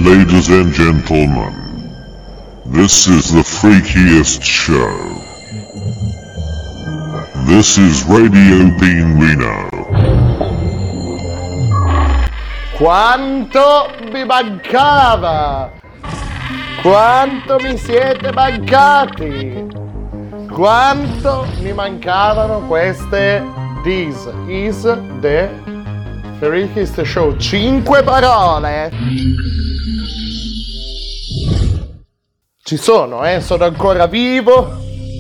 Ladies and gentlemen, this is the freakiest show. This is Radio Pinguino. Quanto mi mancava! Quanto mi siete mancati! Quanto mi mancavano queste This is the freakiest show. 5 parole! Ci sono, sono ancora vivo.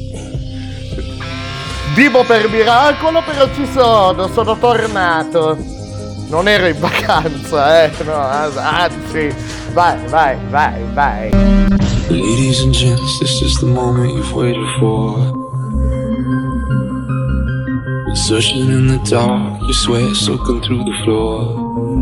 Vivo per miracolo, però ci sono tornato. Non ero in vacanza, no, anzi, vai. Ladies and gents, this is the moment you've waited for. Been searching in the dark, your sweat soaking through the floor.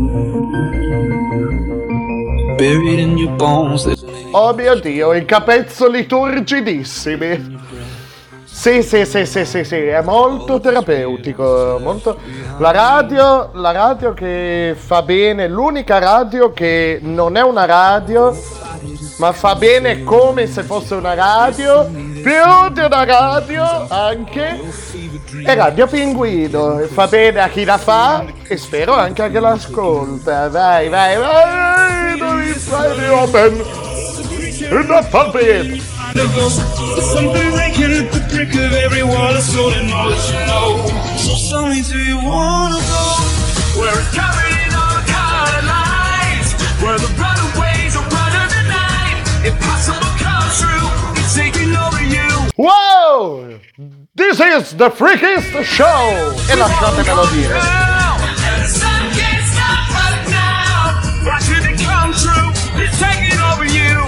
Buried in your bones. Oh mio Dio, i capezzoli turgidissimi. Sì, è molto terapeutico, molto... La radio che fa bene, l'unica radio che non è una radio, ma fa bene come se fosse una radio, più di una radio anche, è Radio Pinguino, e fa bene a chi la fa, e spero anche a chi l'ascolta. Vai, non mi fai open, enough of it. Something breaking at the brick of every wall of soul and all that you know. So tell me, do you wanna go where it's covered in all colored lights, where the brighter ways are brighter than night? Impossible comes true, it's taking over you. Wow! This is the freakiest show! E lasciatemelo dire. And the sun can't stop right now. Watching it come true, it's taking over you.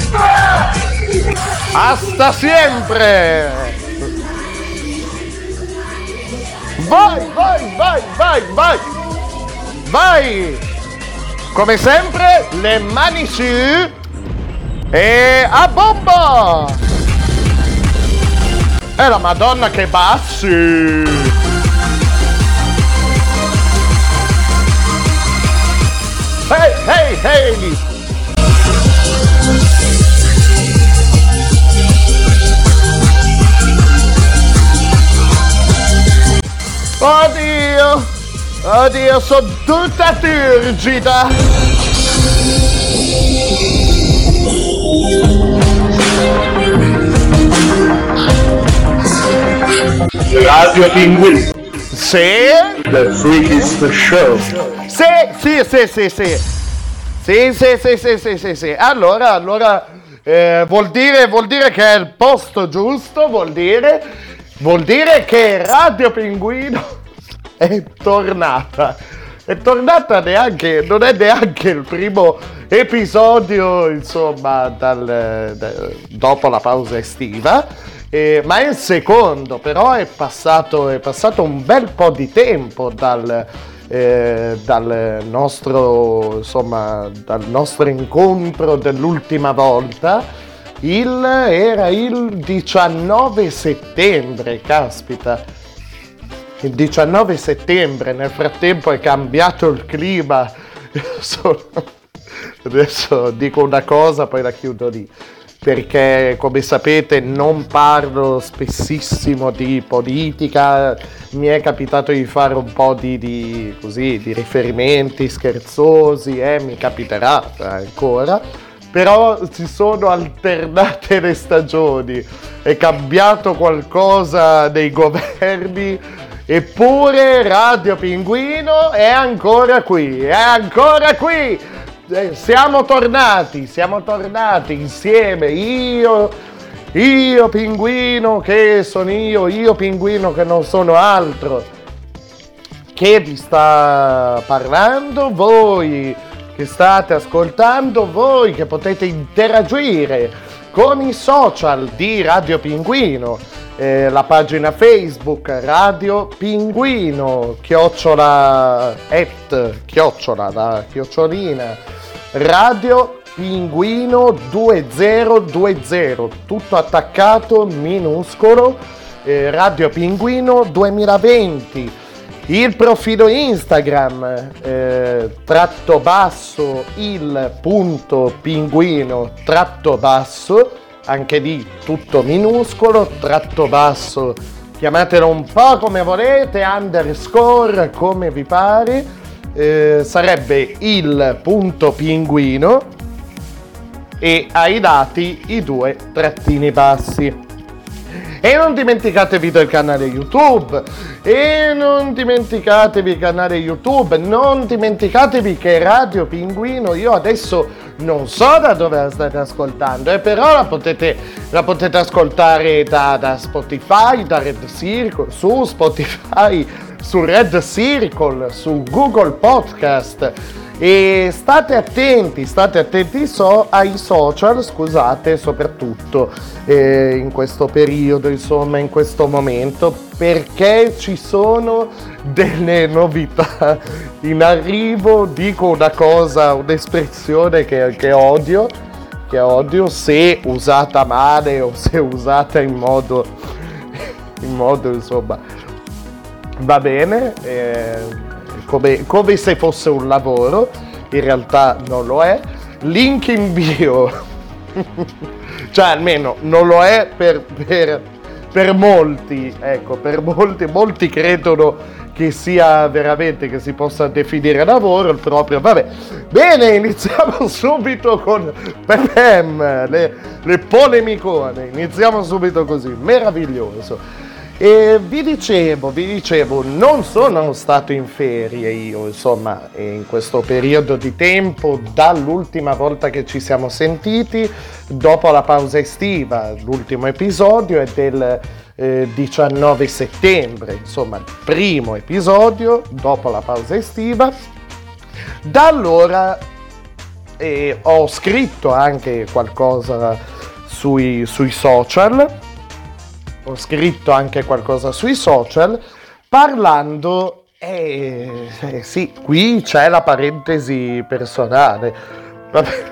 Hasta sempre! Vai! Come sempre, le mani su e a bomba! E la Madonna che bassi! Hey! Oddio, sono tutta turgida. Radio Pinguino. Sì? The freakiest show. Sì. Allora, vuol dire che è il posto giusto, vuol dire che Radio Pinguino è tornata neanche, non è neanche il primo episodio, insomma, dopo la pausa estiva, ma è il secondo, però è passato un bel po' di tempo dal nostro incontro dell'ultima volta. Era il 19 settembre, caspita. Il 19 settembre, nel frattempo è cambiato il clima. Adesso dico una cosa, poi la chiudo lì. Perché, come sapete, non parlo spessissimo di politica. Mi è capitato di fare un po' di riferimenti scherzosi, mi capiterà ancora. Però si sono alternate le stagioni, è cambiato qualcosa nei governi, eppure Radio Pinguino è ancora qui. Siamo tornati insieme, io Pinguino che sono io Pinguino che non sono altro, che vi sta parlando, voi che state ascoltando, voi che potete interagire con i social di Radio Pinguino, la pagina Facebook Radio Pinguino, chiocciola Radio Pinguino 2020, tutto attaccato, minuscolo, Radio Pinguino 2020. il profilo Instagram _ il punto pinguino _ anche lì tutto minuscolo, _ chiamatelo un po' come volete, _ come vi pare, sarebbe il punto pinguino e ai lati i 2 trattini bassi. E non dimenticatevi del canale YouTube, non dimenticatevi che Radio Pinguino, io adesso non so da dove la state ascoltando, però la potete ascoltare da Spotify, da Red Circle, su Spotify, su Red Circle, su Google Podcast. E state attenti ai social, scusate, soprattutto in questo periodo, insomma, in questo momento, perché ci sono delle novità in arrivo. Dico una cosa, un'espressione che odio, se usata male o se usata in modo insomma, va bene, come se fosse un lavoro, in realtà non lo è. Link in bio, cioè almeno non lo è per molti, ecco, per molti credono che sia veramente, che si possa definire lavoro il proprio. Vabbè, bene, iniziamo subito con le polemicone, iniziamo subito così, meraviglioso. E vi dicevo, non sono stato in ferie io, insomma, in questo periodo di tempo, dall'ultima volta che ci siamo sentiti, dopo la pausa estiva. L'ultimo episodio è del 19 settembre, insomma, il primo episodio dopo la pausa estiva. Da allora ho scritto anche qualcosa sui social. Parlando, sì, qui c'è la parentesi personale. Vabbè,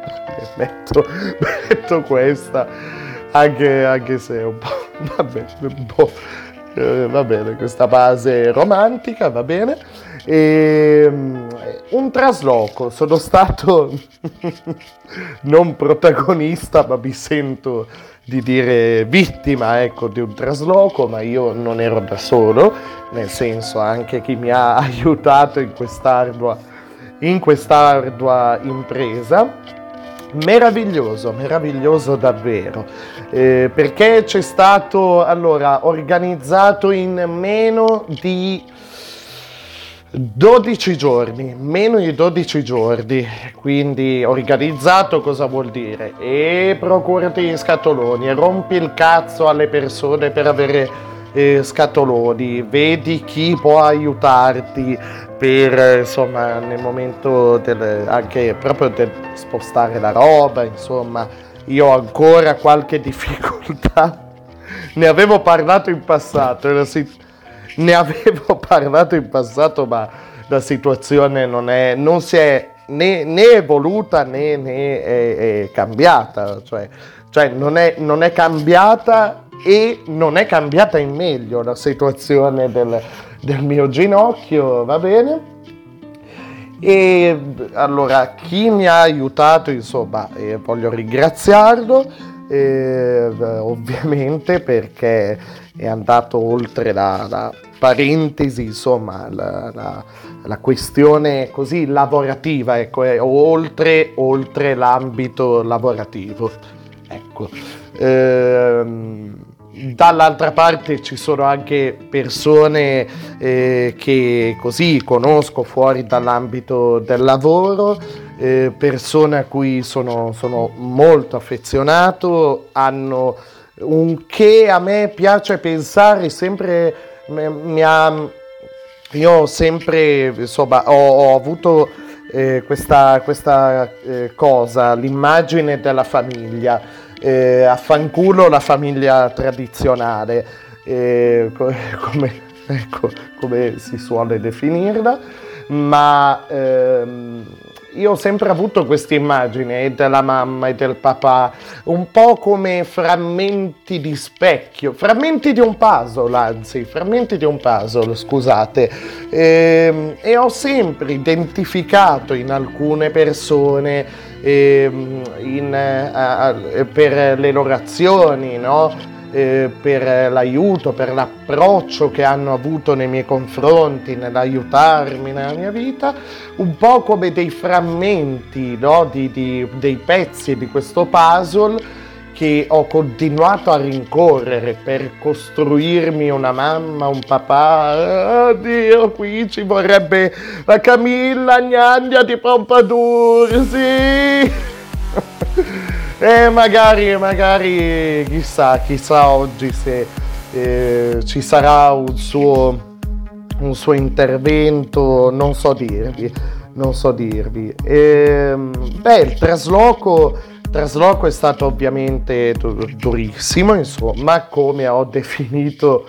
metto questa, anche se è un po', va bene, questa base romantica, va bene. Un trasloco, sono stato non protagonista, ma mi sento di dire vittima, ecco, di un trasloco, ma io non ero da solo, nel senso anche chi mi ha aiutato in quest'ardua impresa. Meraviglioso davvero, perché c'è stato, allora, organizzato in meno di 12 giorni, quindi organizzato cosa vuol dire? E procurati gli scatoloni, e rompi il cazzo alle persone per avere scatoloni, vedi chi può aiutarti per, insomma, nel momento anche proprio del spostare la roba, insomma. Io ho ancora qualche difficoltà, ne avevo parlato in passato, ma la situazione non si è né evoluta né è cambiata, cioè non è cambiata, e non è cambiata in meglio la situazione del mio ginocchio, va bene? E allora, chi mi ha aiutato, insomma, voglio ringraziarlo, ovviamente, perché è andato oltre la parentesi, insomma, la questione così lavorativa, ecco, oltre l'ambito lavorativo, ecco. Dall'altra parte ci sono anche persone che così conosco fuori dall'ambito del lavoro, persone a cui sono molto affezionato, hanno un che a me piace pensare sempre, io ho sempre, insomma, ho avuto questa cosa, l'immagine della famiglia. Affanculo la famiglia tradizionale, come si suole definirla, ma io ho sempre avuto questa immagine della mamma e del papà, un po' come frammenti di specchio, frammenti di un puzzle, scusate. E ho sempre identificato in alcune persone, per le loro azioni, no? Per l'aiuto, per l'approccio che hanno avuto nei miei confronti, nell'aiutarmi nella mia vita, un po' come dei frammenti, no? Dei pezzi di questo puzzle che ho continuato a rincorrere per costruirmi una mamma, un papà. Oddio, qui ci vorrebbe la Camilla Gnagna di Pompadour, sì! Magari chissà oggi se ci sarà un suo intervento, non so dirvi. Il trasloco è stato ovviamente durissimo, insomma, come ho definito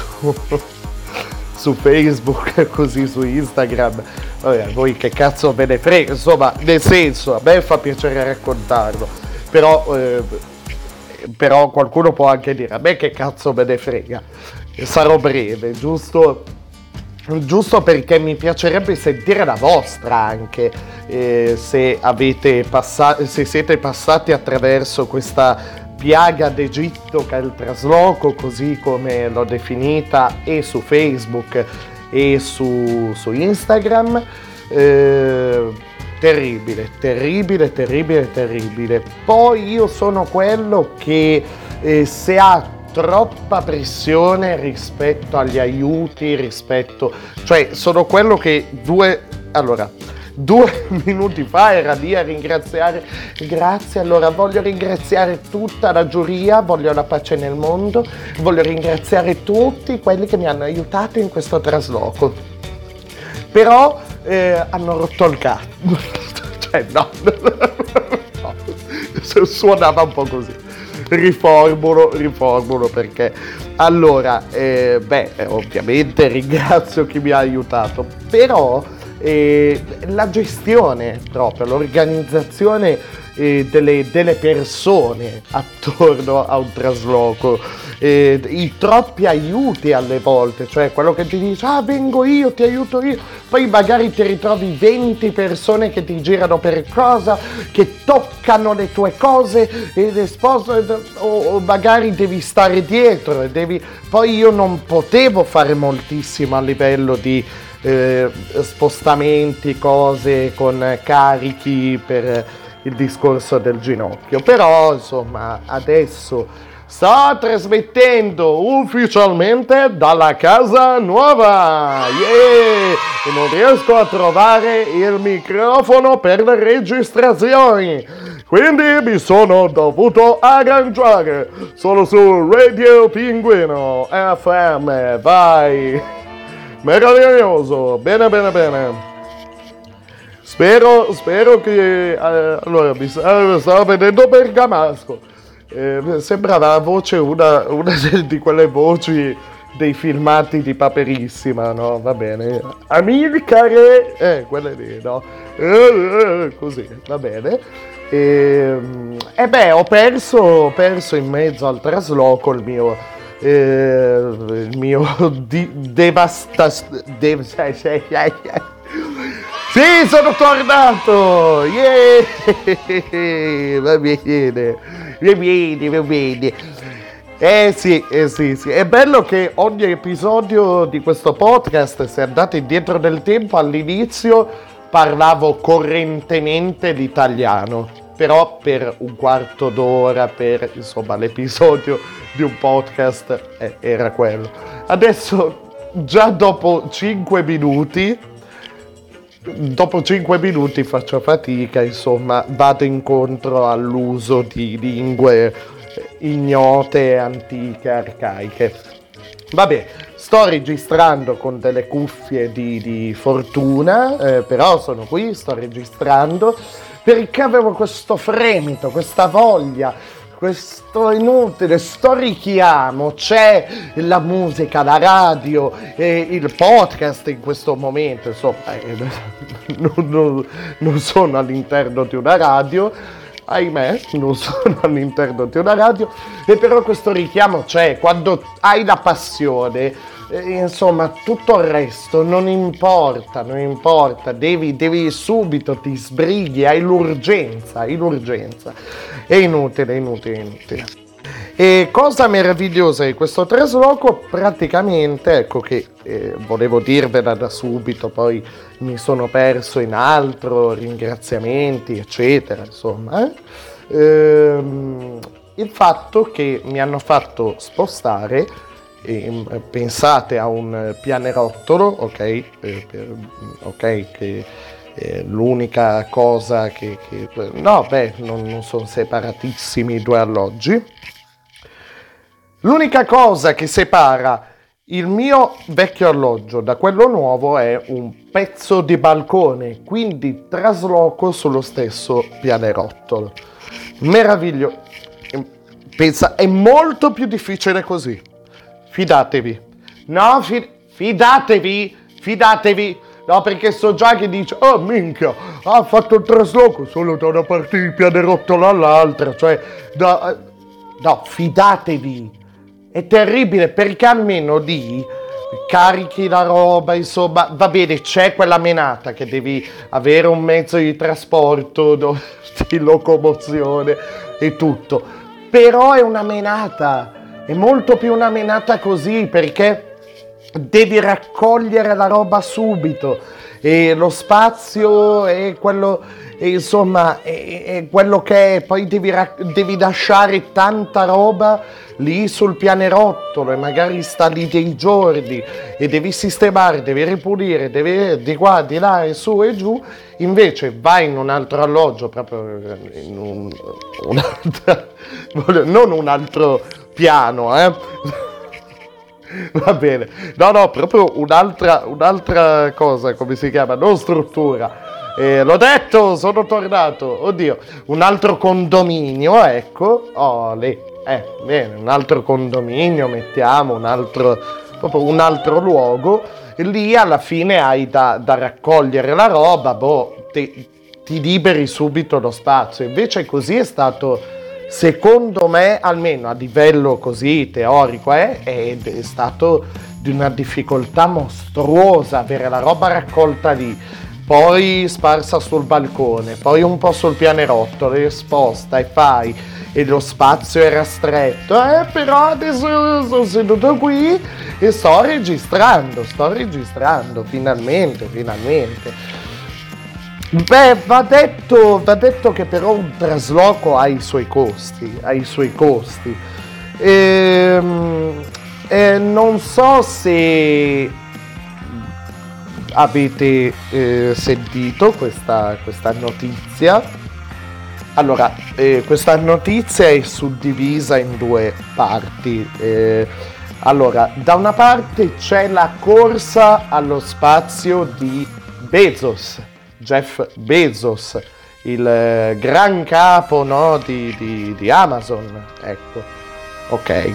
su Facebook, così su Instagram. Vabbè, voi che cazzo ve ne frega, insomma, nel senso, a me fa piacere raccontarlo. Però qualcuno può anche dire, a me che cazzo me ne frega. Sarò breve, giusto perché mi piacerebbe sentire la vostra anche, se siete passati attraverso questa piaga d'Egitto che è il trasloco, così come l'ho definita, e su Facebook e su Instagram. Terribile. Poi io sono quello che se ha troppa pressione rispetto agli aiuti, cioè sono quello che 2 minuti fa era lì a ringraziare. Grazie, allora voglio ringraziare tutta la giuria, voglio la pace nel mondo, voglio ringraziare tutti quelli che mi hanno aiutato in questo trasloco. Però hanno rotto il cazzo. Cioè no. Suonava un po' così. Riformulo perché allora ovviamente ringrazio chi mi ha aiutato, però la gestione proprio, l'organizzazione delle persone attorno a un trasloco, i troppi aiuti alle volte, cioè quello che ti dice vengo io, ti aiuto io, poi magari ti ritrovi 20 persone che ti girano per cosa, che toccano le tue cose e le sposano, o magari devi stare dietro poi io non potevo fare moltissimo a livello di spostamenti, cose con carichi per il discorso del ginocchio, però insomma adesso sto trasmettendo ufficialmente dalla casa nuova, e non riesco a trovare il microfono per le registrazioni, quindi mi sono dovuto arrangiare. Sono su Radio Pinguino FM, vai, meraviglioso, bene. Spero che... allora, mi stavo vedendo Bergamasco. Sembrava la voce, una di quelle voci dei filmati di Paperissima, no? Va bene. Amilcare! Quelle lì, no? Così, va bene. Ho perso in mezzo al trasloco il mio Sì, sono tornato! Yeah! Va bene. Sì. È bello che ogni episodio di questo podcast, se andate indietro nel tempo, all'inizio parlavo correntemente l'italiano, però per un quarto d'ora, insomma, l'episodio di un podcast era quello. Adesso, già dopo 5 minuti faccio fatica, insomma, vado incontro all'uso di lingue ignote, antiche, arcaiche. Vabbè, sto registrando con delle cuffie di fortuna, però sono qui, sto registrando perché avevo questo fremito, questa voglia, questo inutile, sto richiamo, c'è la musica, la radio, il podcast in questo momento, insomma, non sono all'interno di una radio, ahimè, non sono all'interno di una radio, e però questo richiamo c'è, quando hai la passione, insomma, tutto il resto non importa, devi subito, ti sbrighi, hai l'urgenza, è inutile. E cosa meravigliosa di questo trasloco, praticamente, ecco che volevo dirvela da subito, poi mi sono perso in altro, ringraziamenti, eccetera, insomma, il fatto che mi hanno fatto spostare, pensate a un pianerottolo, ok, che l'unica cosa che no, beh, non sono separatissimi i due alloggi. L'unica cosa che separa il mio vecchio alloggio da quello nuovo è un pezzo di balcone, quindi trasloco sullo stesso pianerottolo. Meraviglioso. Pensa, è molto più difficile così. Fidatevi. No, fidatevi. No, perché so già che dice, oh minchia, ha fatto il trasloco solo da una parte di pianerottolo all'altra, cioè, no, fidatevi. È terribile, perché almeno lì carichi la roba, insomma, va bene, c'è quella menata che devi avere un mezzo di trasporto, di locomozione e tutto, però è una menata, è molto più una menata così, perché devi raccogliere la roba subito e lo spazio è quello, insomma, è quello che è, poi devi lasciare tanta roba lì sul pianerottolo e magari sta lì dei giorni e devi sistemare, devi ripulire, devi di qua, di là e su e giù. Invece vai in un altro alloggio, proprio in non un altro piano, va bene, no, proprio un'altra cosa, come si chiama, non struttura. L'ho detto, sono tornato, oddio, un altro condominio, ecco, bene, un altro condominio, mettiamo proprio un altro luogo, e lì alla fine hai da raccogliere la roba, ti liberi subito lo spazio. Invece così è stato, secondo me, almeno a livello così teorico, ed è stato di una difficoltà mostruosa avere la roba raccolta lì, poi sparsa sul balcone, poi un po' sul pianerottolo, e sposta e fai, e lo spazio era stretto, però adesso sono seduto qui e sto registrando, finalmente. Beh, va detto che però un trasloco ha i suoi costi, non so se avete sentito questa notizia. Allora, questa notizia è suddivisa in due parti. Allora, da una parte c'è la corsa allo spazio di Jeff Bezos, il gran capo, no, di Amazon, ecco, ok.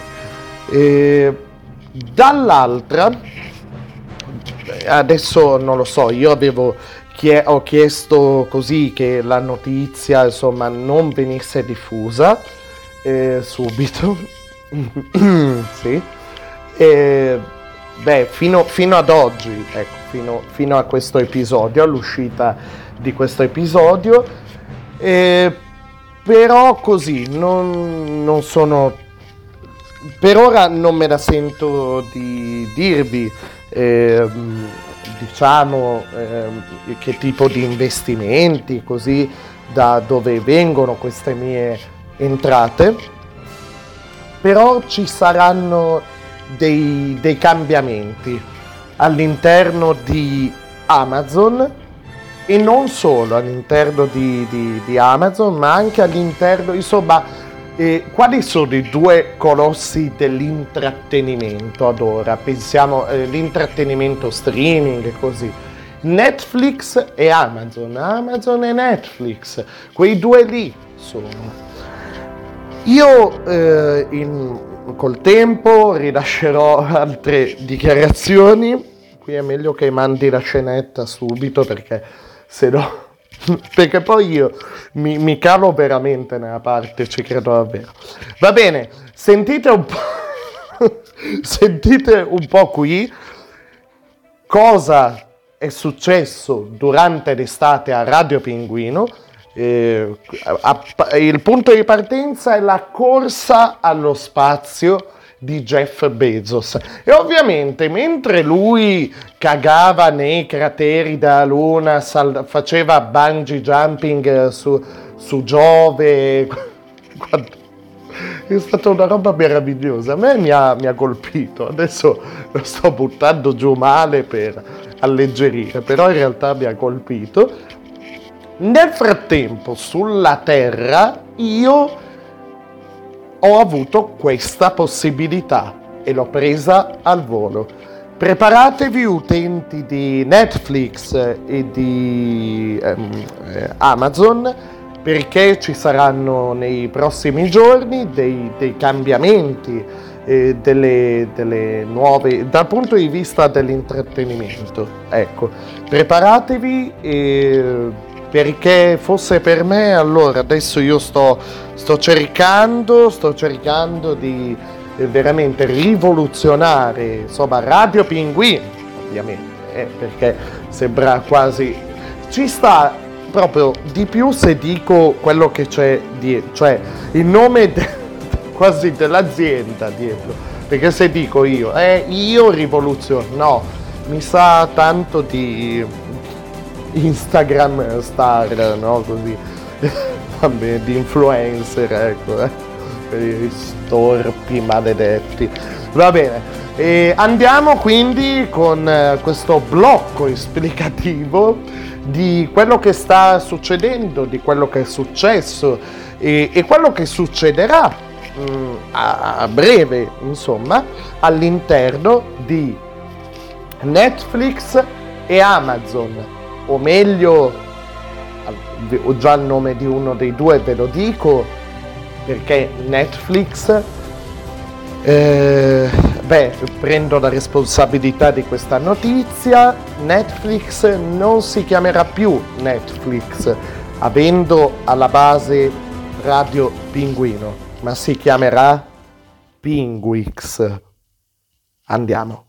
Dall'altra, adesso non lo so, io ho chiesto così che la notizia, insomma, non venisse diffusa subito. Sì. Beh, fino ad oggi, ecco, fino a questo episodio, all'uscita di questo episodio, però così, non sono, per ora non me la sento di dirvi, diciamo, che tipo di investimenti, così, da dove vengono queste mie entrate, però ci saranno dei cambiamenti all'interno di Amazon, e non solo all'interno di Amazon, ma anche all'interno, insomma, quali sono i due colossi dell'intrattenimento ad ora? Pensiamo l'intrattenimento streaming e così. Netflix e Amazon e Netflix, quei due lì sono. Io col tempo rilascerò altre dichiarazioni. Qui è meglio che mandi la scenetta subito, perché se no... perché poi io mi calo veramente nella parte, ci credo davvero. Va bene, sentite un po'... sentite un po' qui cosa è successo durante l'estate a Radio Pinguino. Il punto di partenza è la corsa allo spazio di Jeff Bezos, e ovviamente mentre lui cagava nei crateri della Luna, faceva bungee jumping su Giove, è stata una roba meravigliosa. A me mi ha colpito, adesso lo sto buttando giù male per alleggerire, però in realtà mi ha colpito. Nel frattempo sulla Terra io ho avuto questa possibilità e l'ho presa al volo. Preparatevi, utenti di Netflix e di Amazon, perché ci saranno nei prossimi giorni dei cambiamenti, delle nuove dal punto di vista dell'intrattenimento. Ecco, preparatevi, perché fosse per me, allora adesso io sto cercando di veramente rivoluzionare, insomma, Radio Pinguino, ovviamente, perché sembra quasi, ci sta proprio di più se dico quello che c'è dietro, cioè il nome quasi dell'azienda dietro, perché se dico io rivoluziono, no, mi sa tanto di Instagram star, no, così vabbè, di influencer, ecco, i storpi maledetti. Va bene, andiamo quindi con questo blocco esplicativo di quello che sta succedendo, di quello che è successo e quello che succederà a breve, insomma, all'interno di Netflix e Amazon. O meglio, ho già il nome di uno dei due, ve lo dico, perché Netflix, prendo la responsabilità di questa notizia. Netflix non si chiamerà più Netflix, avendo alla base Radio Pinguino, ma si chiamerà Pinguix. Andiamo.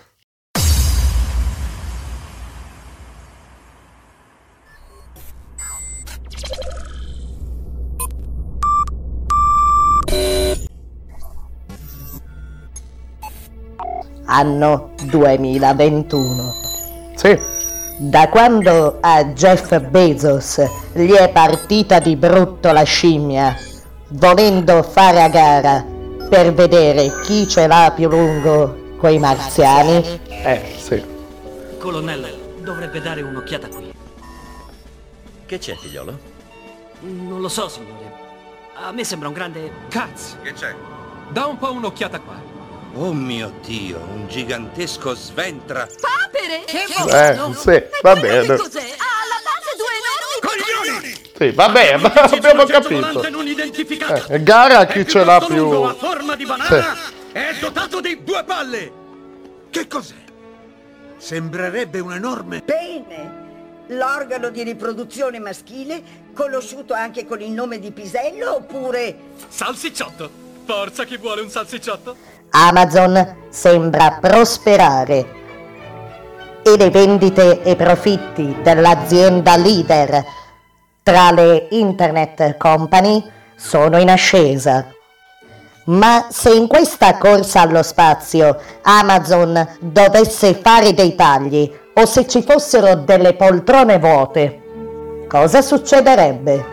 Anno 2021. Sì. Da quando a Jeff Bezos gli è partita di brutto la scimmia, volendo fare a gara per vedere chi ce l'ha più lungo coi marziani. Sì. Colonnello, dovrebbe dare un'occhiata qui. Che c'è, figliolo? Non lo so, signore. A me sembra un grande... Cazzo! Che c'è? Da un po' un'occhiata qua. Oh mio Dio, un gigantesco sventra! Papere! Sì, va bene. Cos'è? Ha alla base due enormi... Coglioni! Sì, vabbè, abbiamo capito. Non identificato. Gara a chi ce l'ha più... lungo, a forma di banana, è dotato di 2 palle. Che cos'è? Sembrerebbe un enorme... Pene! L'organo di riproduzione maschile, conosciuto anche con il nome di pisello, oppure... Salsicciotto. Forza, chi vuole un salsicciotto? Amazon sembra prosperare e le vendite e profitti dell'azienda leader tra le internet company sono in ascesa. Ma se in questa corsa allo spazio Amazon dovesse fare dei tagli o se ci fossero delle poltrone vuote, cosa succederebbe?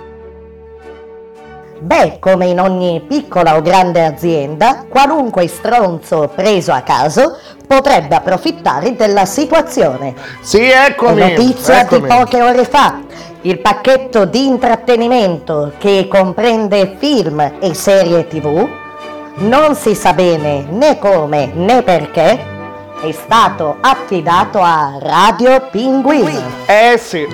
Beh, come in ogni piccola o grande azienda, qualunque stronzo preso a caso potrebbe approfittare della situazione. Sì, eccomi. Notizia di poche ore fa. Il pacchetto di intrattenimento che comprende film e serie TV, non si sa bene né come né perché, è stato affidato a Radio Pinguino. Sì.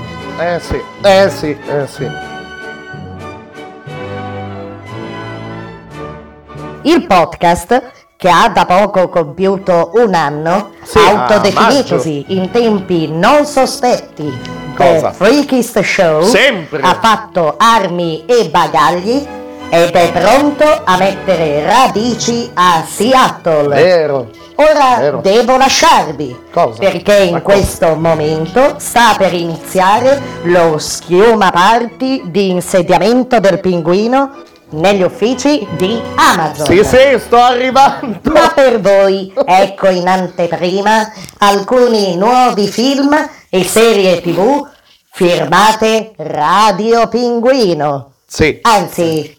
il podcast che ha da poco compiuto un anno, Sì, autodefinitosi in tempi non sospetti Cosa? The Freakist Show, Sempre. ha fatto armi e bagagli ed è pronto a mettere radici a Seattle. Vero. Ora Vero. devo lasciarvi, Cosa? perché in Ma questo momento sta per iniziare lo schiuma party di insediamento del pinguino negli uffici di Amazon. Sì, sto arrivando. Ma per voi, ecco in anteprima alcuni nuovi film e serie TV firmate Radio Pinguino. Sì. Anzi,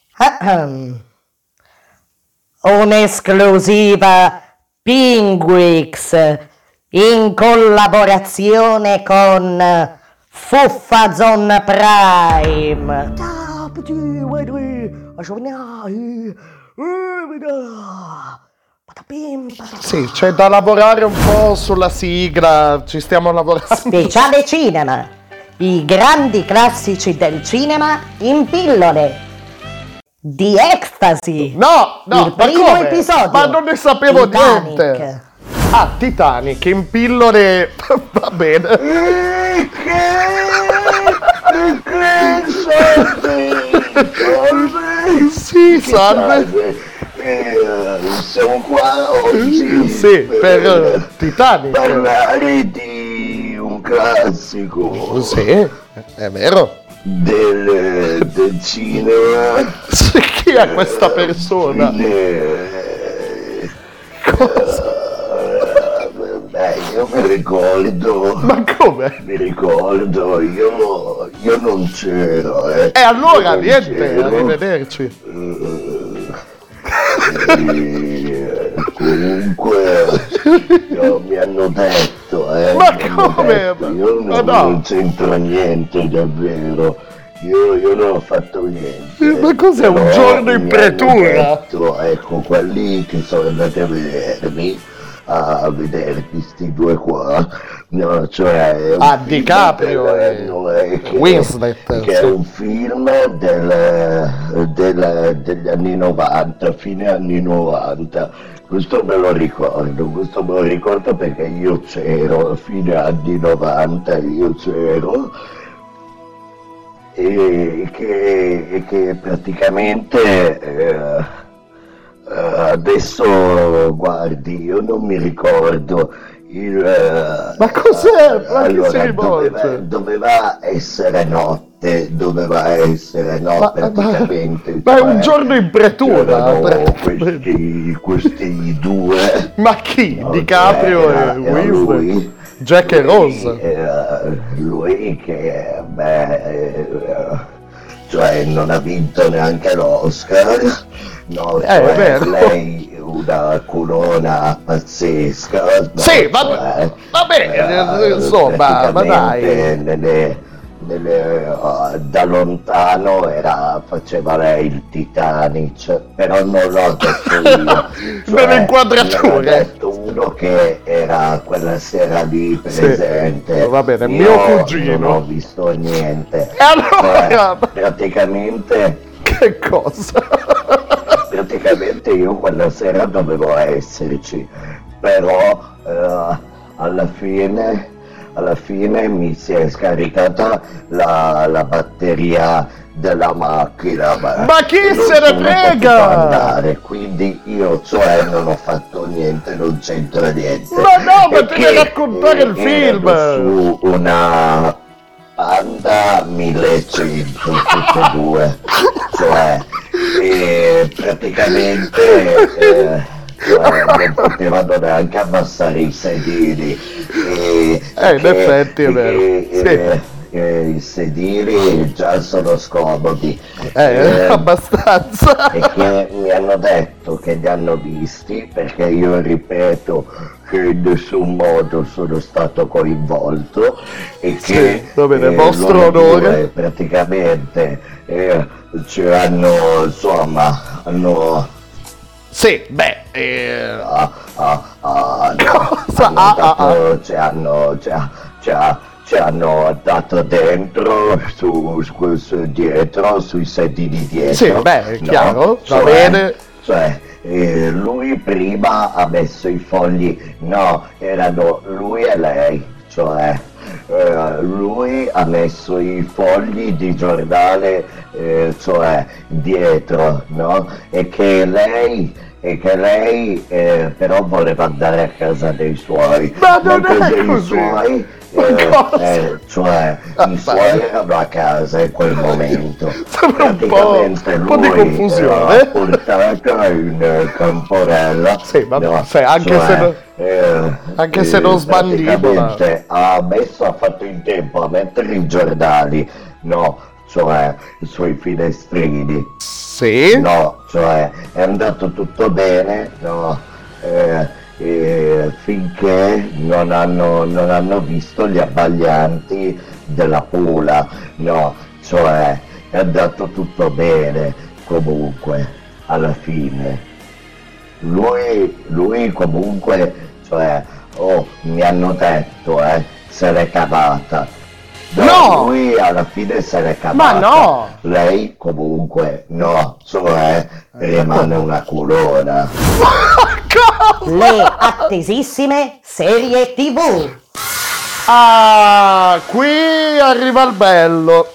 un'esclusiva Pinguix in collaborazione con Fuffazon Prime. Sì, c'è da lavorare un po' sulla sigla, ci stiamo lavorando. Speciale cinema, i grandi classici del cinema in pillole. Di Ecstasy. No, il ma primo come? episodio. Ma non ne sapevo Titanic. niente. Ah, Titanic, in pillole. Va bene. Sì, salve. Siamo qua oggi Sì, per Titanic. parlare di un classico Sì, è vero. del cinema. Sì, chi è questa persona? Beh, io mi ricordo. Ma come? Mi ricordo, io non c'ero. E allora, Io non niente, c'ero. arrivederci. Comunque mi hanno detto, Ma mi hanno come? detto, io Ma no. non c'entro niente davvero, io non ho fatto niente. Ma cos'è, un Però giorno in mi pretura? hanno detto, ecco, quelli che sono andati a vedermi sti due qua, no, cioè è un film DiCaprio e Winslet, che sì. è un film degli anni 90, fine anni 90. Questo me lo ricordo perché io c'ero, fine anni 90 io c'ero, e che praticamente adesso guardi, io non mi ricordo Ma cos'è? Ma chi allora, si rivolge? doveva essere notte praticamente. Ma è cioè, un giorno in pretura. c'erano praticamente. questi due. Ma chi? No, DiCaprio era e Winslet? lui. Jack e Rose? Lui che cioè non ha vinto neanche l'Oscar, no, è cioè vero. lei una corona pazzesca, no, Sì, cioè, vabbè, insomma, ma dai. Da lontano faceva lei il Titanic, però non l'ho detto io. Nelle inquadrature. L'ha detto uno che era quella sera lì presente. va bene, Io mio cugino. non ho visto niente. E allora? Cioè, praticamente Che cosa? praticamente io quella sera dovevo esserci, però alla fine mi si è scaricata la batteria della macchina. Ma chi e non se ne sono frega? potuto andare, quindi io cioè non ho fatto niente, non c'entra niente. Ma no, ma E devi che, raccontare il film. erano su una Panda 1100 tutte e due, cioè praticamente non potevano neanche abbassare i sedili. In effetti è vero. Sì. I sedili già sono scomodi. Abbastanza. E che mi hanno detto che li hanno visti, perché io ripeto che in nessun modo sono stato coinvolto, e che va bene, vostro loro onore. due praticamente ci hanno, insomma, hanno Sì, beh, ci hanno dato dentro dietro sui sedili dietro. Sì, beh, è chiaro, va Cioè, bene. cioè lui prima ha messo i fogli, no, erano lui e lei, cioè lui ha messo i fogli di giornale, cioè dietro, no? E che lei però voleva andare a casa dei suoi. Ma non è dei così. suoi, cioè i suoi erano a casa in quel momento. Sembra un po' di lui confusione. era portata in camporella. Sì, ma no, sai, anche se non sbandibola. praticamente ha fatto in tempo a mettere i giornali, no, cioè sui finestrini. Sì? No, cioè è andato tutto bene, no, finché non hanno visto gli abbaglianti della Pula, no, cioè è andato tutto bene comunque alla fine. Lui comunque, cioè, mi hanno detto, se l'è cavata. No! Lui alla fine se l'è cavata. Ma no! Lei comunque no, cioè rimane una culona. Le attesissime serie TV. Ah, qui arriva il bello.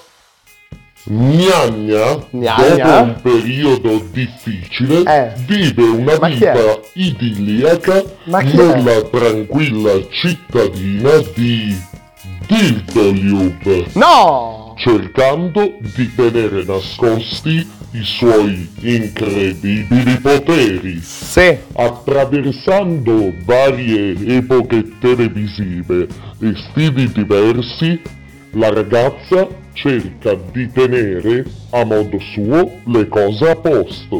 Gnagna, dopo un periodo difficile, vive una Ma chi è? vita idilliaca Ma chi nella tranquilla cittadina di Dildoliub, No! cercando di tenere nascosti i suoi incredibili poteri. Sì. Attraversando varie epoche televisive e stili diversi, la ragazza cerca di tenere a modo suo le cose a posto.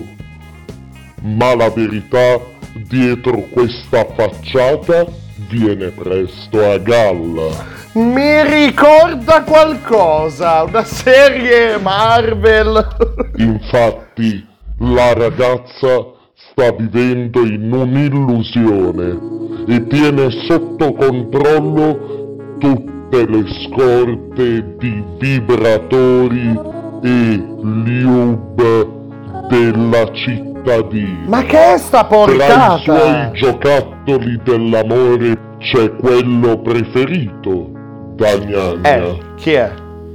Ma la verità dietro questa facciata viene presto a galla. Mi ricorda qualcosa, una serie Marvel. Infatti, la ragazza sta vivendo in un'illusione e tiene sotto controllo tutte le scorte di vibratori e lube della cittadina. Ma che è sta porcata? Tra i suoi giocattoli dell'amore c'è quello preferito da Gnagna. Chi è?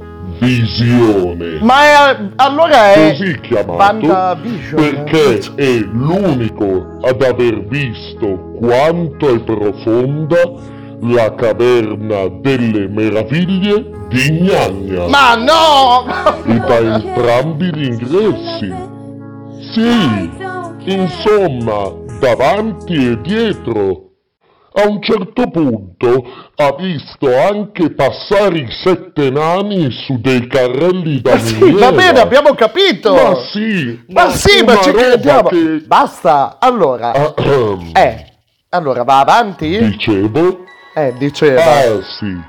Visione. Ma allora è così chiamato WandaVision. perché è l'unico ad aver visto quanto è profonda la caverna delle meraviglie di Gnagna. Ma no! E da entrambi gli ingressi. Sì, insomma, davanti e dietro. A un certo punto ha visto anche passare i 7 nani su dei carrelli da Sì, miniera. va bene, abbiamo capito. Ma sì, ma ci una crediamo. roba che... Basta, allora. Allora, va avanti? Dicevo? Diceva. Ah, sì.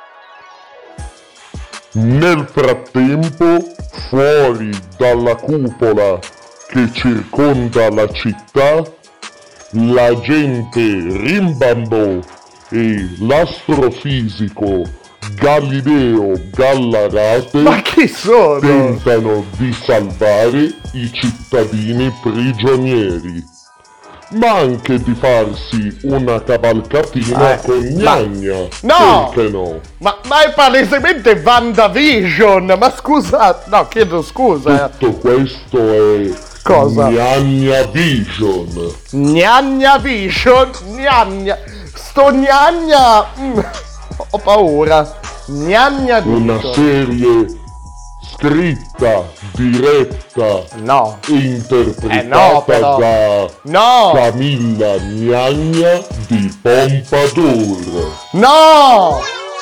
Nel frattempo, fuori dalla cupola che circonda la città, l'agente Rimbambò e l'astrofisico Galileo Gallarate Ma chi sono? tentano di salvare i cittadini prigionieri, ma anche di farsi una cavalcatina con Gnagna. No! Perché no? Ma è palesemente WandaVision. Ma scusa, no, chiedo scusa. Tutto questo è Cosa? Gnagna Vision. Gnagna Vision? Gnagna. Sto Gnagna. Ho paura. Gnagna Vision. Una serie scritta, diretta e interpretata però. da Camilla Gnagna di Pompadour. No!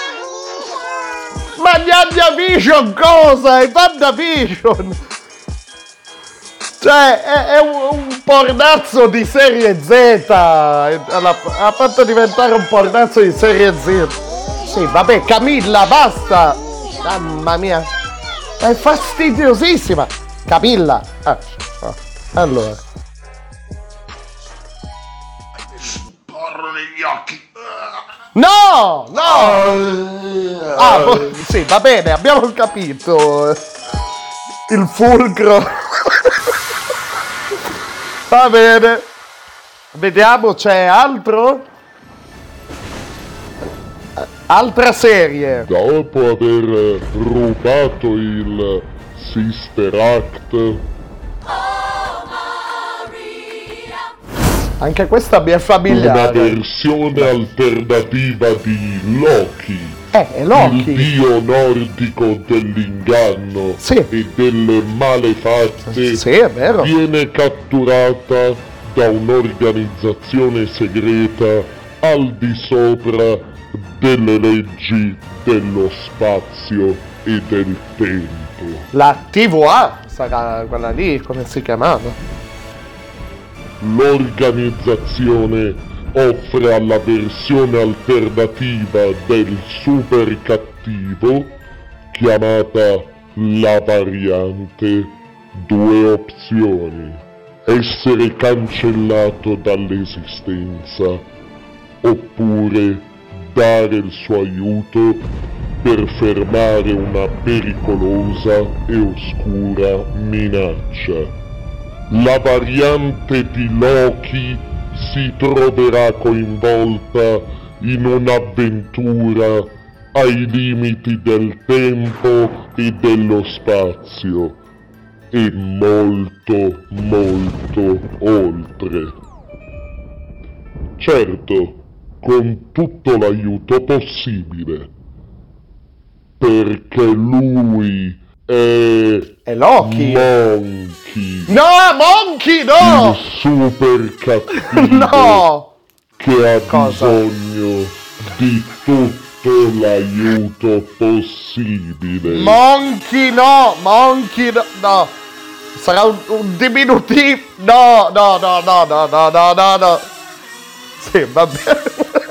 Ma Gnagna Vision cosa? È WandaVision! Cioè, è un pornazzo di serie Z. Ha fatto diventare un pornazzo di serie Z. Sì, vabbè, Camilla, basta. Mamma mia. È fastidiosissima. Camilla. Allora. Porro negli occhi. No! Sì, va bene, abbiamo capito. Il fulcro. Va bene. Vediamo, c'è altro? Altra serie. Dopo aver rubato il Sister Act, Anche questa mi è una familiare. versione alternativa di Loki, il Loki. dio nordico dell'inganno e delle malefatte, Sì, è vero. viene catturata da un'organizzazione segreta al di sopra delle leggi dello spazio e del tempo. La TVA sarà quella lì, come si chiamava? L'organizzazione offre alla versione alternativa del super cattivo, chiamata la variante, due opzioni: essere cancellato dall'esistenza oppure dare il suo aiuto per fermare una pericolosa e oscura minaccia. La variante di Loki si troverà coinvolta in un'avventura ai limiti del tempo e dello spazio e molto oltre. Certo, con tutto l'aiuto possibile, perché lui è Loki. Monkey. No, Monkey, no! Il super cattivo No! che ha bisogno di tutto l'aiuto possibile. Monkey, no! Monkey, no! No! Sarà un diminutivo. No. Sì, va bene.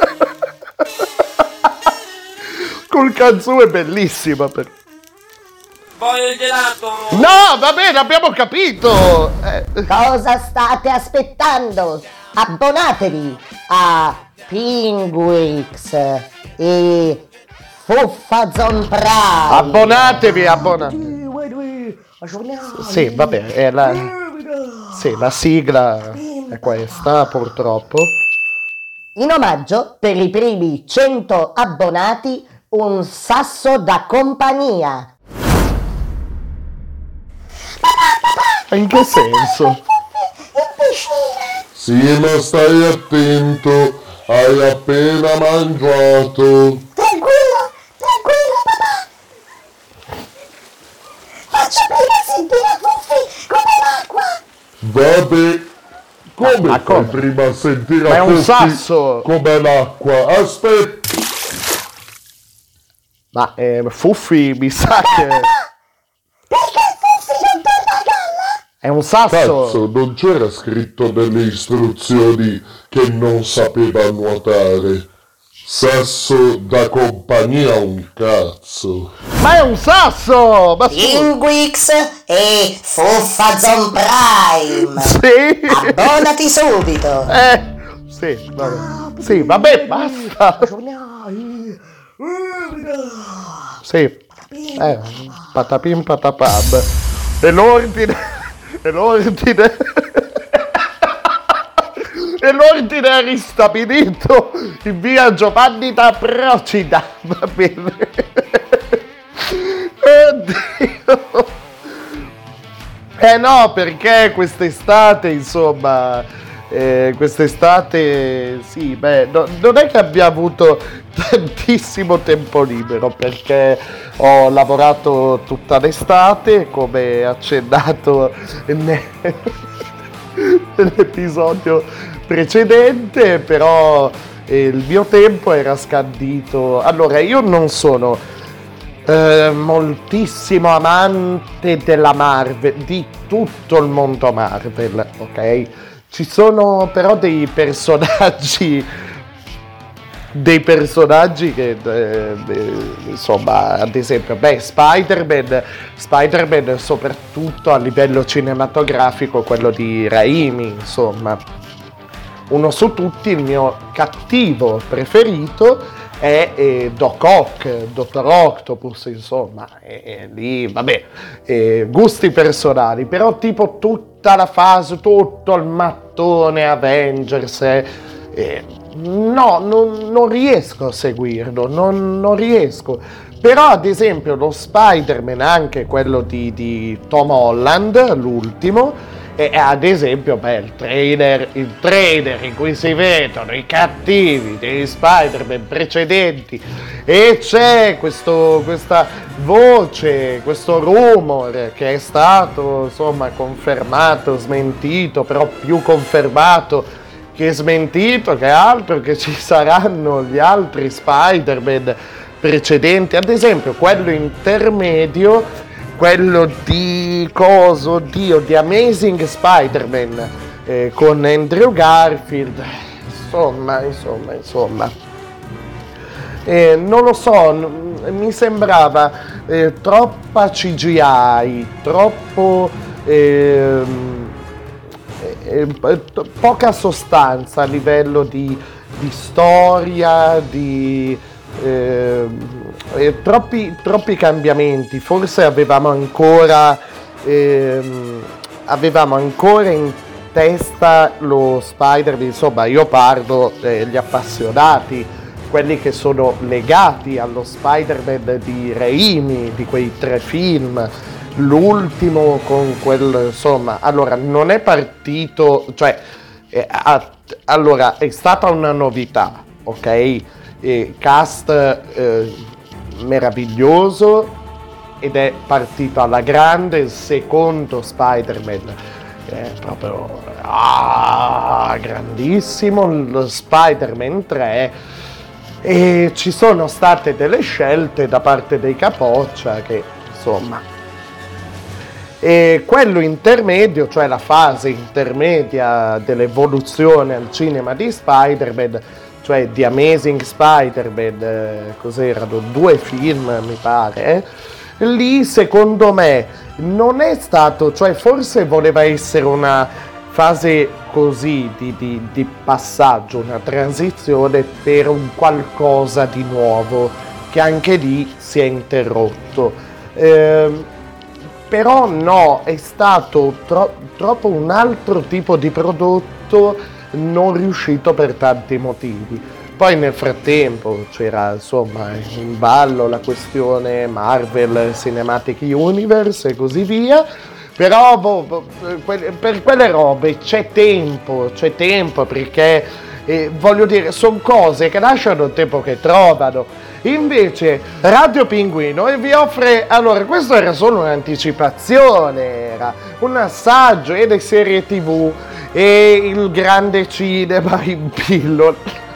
Col Kanzu è bellissima per... Voglio il gelato! No, va bene, abbiamo capito! Cosa state aspettando? Abbonatevi a Pinguix e Fuffazon Prime. Abbonatevi. Sì, vabbè, è la sigla è questa, purtroppo. In omaggio, per i primi 100 abbonati, un sasso da compagnia. In che senso? Sì, ma stai attento, hai appena mangiato. Tranquillo, papà. Faccio prima sentire Fuffi come l'acqua. Vabbè, come fai prima a sentire Ma è un Fuffi sasso. come l'acqua? Aspetta. Ma Fuffi mi sa che... Perché Fuffi non torna a galla? È un sasso. Cazzo, non c'era scritto nelle istruzioni che non sapeva nuotare. Sasso da compagnia un cazzo. Ma è un sasso! Ma Pinguix e Fuffazon Prime. Sì. Abbonati subito. Sì, vabbè. Sì, vabbè, basta. Sì. Patapim patapam. E l'ordine. E l'ordine è ristabilito in via Giovanni da Procida. Va bene. Oddio. No, perché quest'estate, insomma, quest'estate, sì, beh, non è che abbia avuto tantissimo tempo libero, perché ho lavorato tutta l'estate, come accennato nell'episodio precedente, però il mio tempo era scandito. Allora, io non sono moltissimo amante della Marvel, di tutto il mondo Marvel, ok? Ci sono però dei personaggi che insomma, ad esempio, Spider-Man soprattutto a livello cinematografico, quello di Raimi, insomma, uno su tutti. Il mio cattivo preferito è Doc Ock, Dottor Octopus, insomma, lì, vabbè, gusti personali, però tipo tutta la fase, tutto il mattone Avengers, no, non riesco a seguirlo, non riesco. Però ad esempio lo Spider-Man, anche quello di Tom Holland, l'ultimo, e ad esempio il trailer in cui si vedono i cattivi degli Spider-Man precedenti e c'è questa voce, questo rumore che è stato insomma confermato, smentito, però più confermato che smentito, che altro, che ci saranno gli altri Spider-Man precedenti, ad esempio quello intermedio, quello di di Amazing Spider-Man con Andrew Garfield, insomma, non lo so, mi sembrava troppa CGI, troppo poca sostanza a livello di storia, di troppi cambiamenti. Forse avevamo ancora in testa lo Spider-Man, insomma io parlo degli appassionati, quelli che sono legati allo Spider-Man di Raimi, di quei 3 film, l'ultimo con quel, insomma, allora non è partito, cioè allora è stata una novità, ok? Cast meraviglioso, ed è partito alla grande il secondo Spider-Man, è proprio grandissimo, lo Spider-Man 3, e ci sono state delle scelte da parte dei capoccia che insomma, e quello intermedio, cioè la fase intermedia dell'evoluzione al cinema di Spider-Man, cioè The Amazing Spider-Man, cos'erano? 2 film mi pare, lì secondo me non è stato, cioè forse voleva essere una fase così di passaggio, una transizione per un qualcosa di nuovo, che anche lì si è interrotto. Però no, è stato troppo un altro tipo di prodotto, non riuscito per tanti motivi. Poi nel frattempo c'era insomma in ballo la questione Marvel Cinematic Universe e così via, però per quelle robe c'è tempo perché voglio dire, sono cose che lasciano il tempo che trovano. Invece Radio Pinguino vi offre, allora questo era solo un'anticipazione, era un assaggio e le serie TV e il grande cinema in pillole.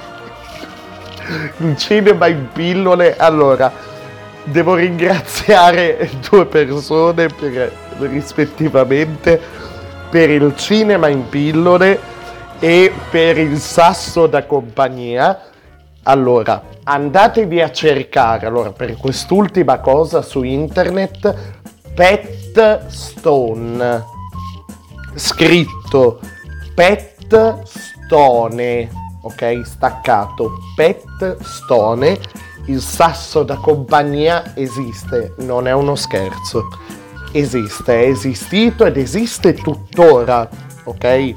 Il cinema in pillole, allora devo ringraziare 2 persone rispettivamente per il cinema in pillole e per il sasso da compagnia. Allora, andatevi a cercare, allora, per quest'ultima cosa su internet, Pet Stone, scritto Pet Stone, ok, staccato, Pet Stone, il sasso da compagnia esiste, non è uno scherzo, esiste, è esistito ed esiste tuttora, ok,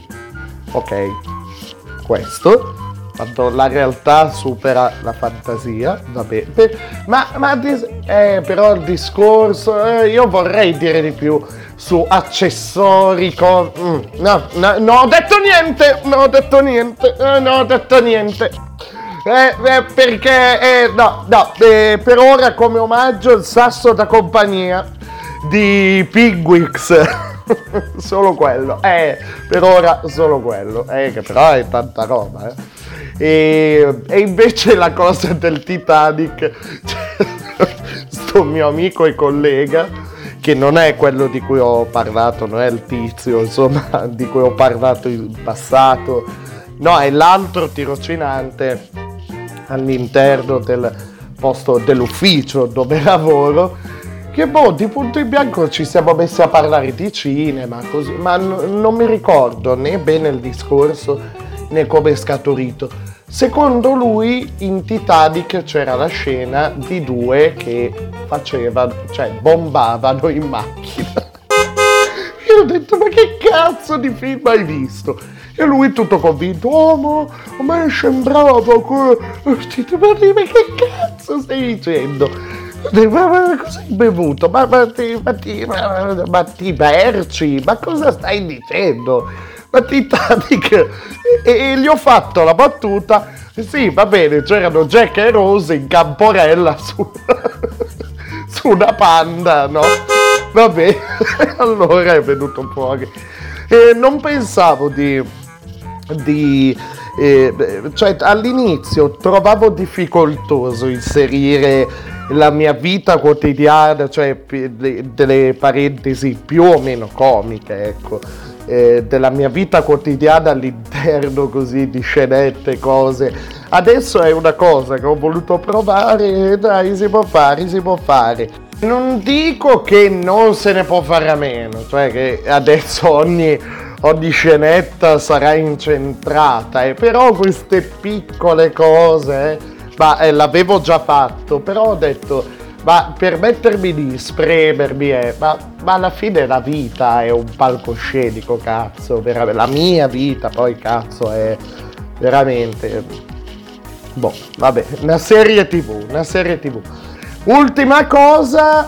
questo. Quando la realtà supera la fantasia, vabbè, però il discorso, io vorrei dire di più su accessori, no, ho detto niente, perché, per ora come omaggio il sasso da compagnia di Pigwix, solo quello, per ora solo quello, che però è tanta roba, E invece la cosa del Titanic, sto mio amico e collega, che non è quello di cui ho parlato, non è il tizio insomma di cui ho parlato in passato, no, è l'altro tirocinante all'interno del posto dell'ufficio dove lavoro, che di punto in bianco ci siamo messi a parlare di cinema, così, ma non mi ricordo né bene il discorso né come è scaturito. Secondo lui in Titanic c'era la scena di due che bombavano in macchina. Io ho detto, ma che cazzo di film hai visto? E lui tutto convinto, ma a me sembrava che... Ma che cazzo stai dicendo? Ma cosa hai bevuto? Ma ti berci? Ma cosa stai dicendo? Ma Titanic... E gli ho fatto la battuta, sì, va bene, c'erano Jack e Rose in camporella su una Panda, no? Va bene, allora è venuto fuori. Non pensavo cioè all'inizio trovavo difficoltoso inserire la mia vita quotidiana, cioè delle parentesi più o meno comiche, ecco, della mia vita quotidiana all'interno così di scenette, cose. Adesso è una cosa che ho voluto provare, dai, si può fare. Non dico che non se ne può fare a meno, cioè che adesso ogni scenetta sarà incentrata, però queste piccole cose, l'avevo già fatto, però ho detto, ma permettermi di spremermi ma alla fine la vita è un palcoscenico, cazzo, veramente, la mia vita poi, cazzo, è veramente, vabbè, una serie tv. Ultima cosa,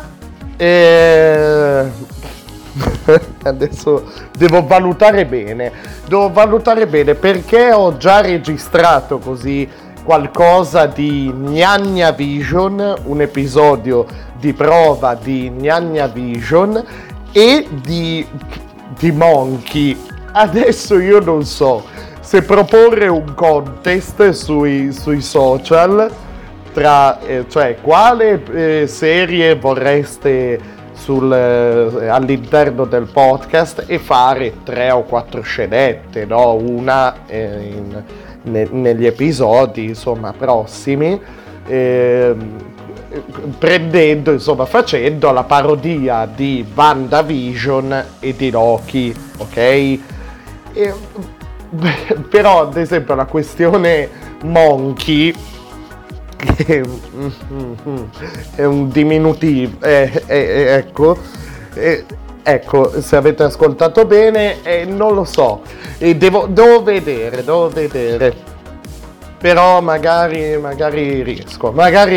adesso devo valutare bene perché ho già registrato così qualcosa di Gnagna Vision, un episodio di prova di Gnagna Vision e di Monkey. Adesso io non so se proporre un contest sui social tra cioè quale serie vorreste all'interno del podcast e fare 3 o 4 scenette, no? Una negli episodi, insomma, prossimi, prendendo, insomma, facendo la parodia di WandaVision e di Loki, ok? Però, ad esempio, la questione Monkey è un diminutivo, ecco, se avete ascoltato bene, non lo so, devo vedere, però magari riesco,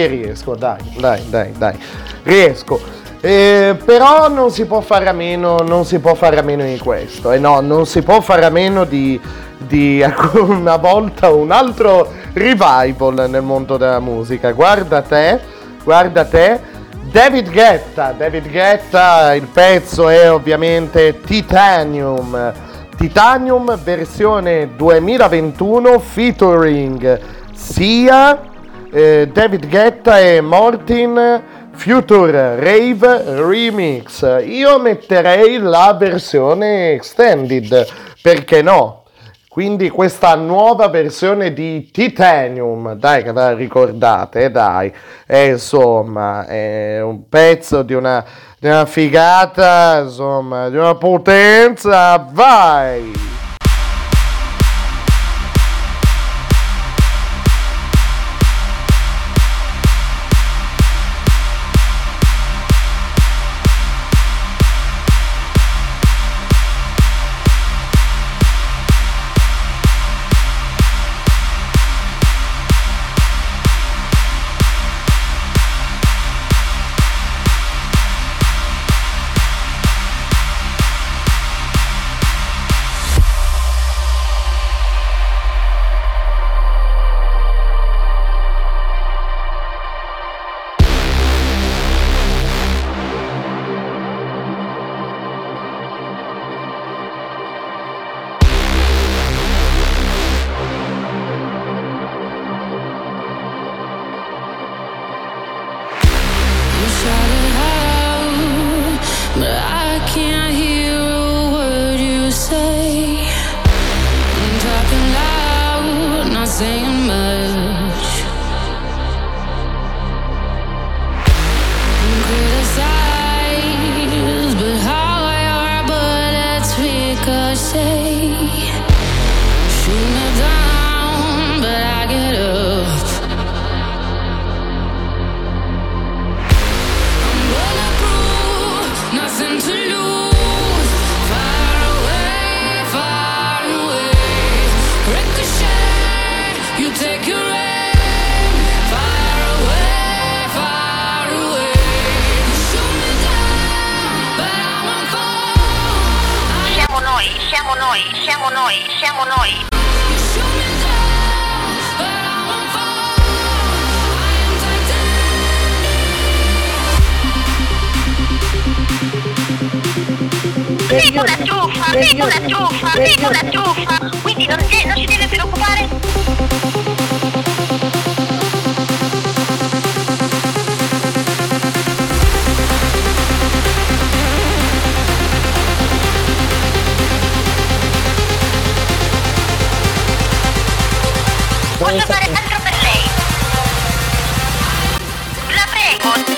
dai, riesco, però non si può fare a meno di questo, no, non si può fare a meno di ancora una volta un altro revival nel mondo della musica. Guarda te, David Guetta, il pezzo è ovviamente Titanium versione 2021 featuring Sia, David Guetta e Mortin Future Rave Remix. Io metterei la versione extended, perché no? Quindi questa nuova versione di Titanium, dai, che ve la ricordate, dai, insomma, è un pezzo di una figata, insomma, di una potenza, vai! Shoot me down, but I get siamo noi, siamo noi, siamo noi. Vedo la truffa, vedo la truffa, vedo la truffa, quindi non si deve preoccupare. Posso fare altro per lei? La prego.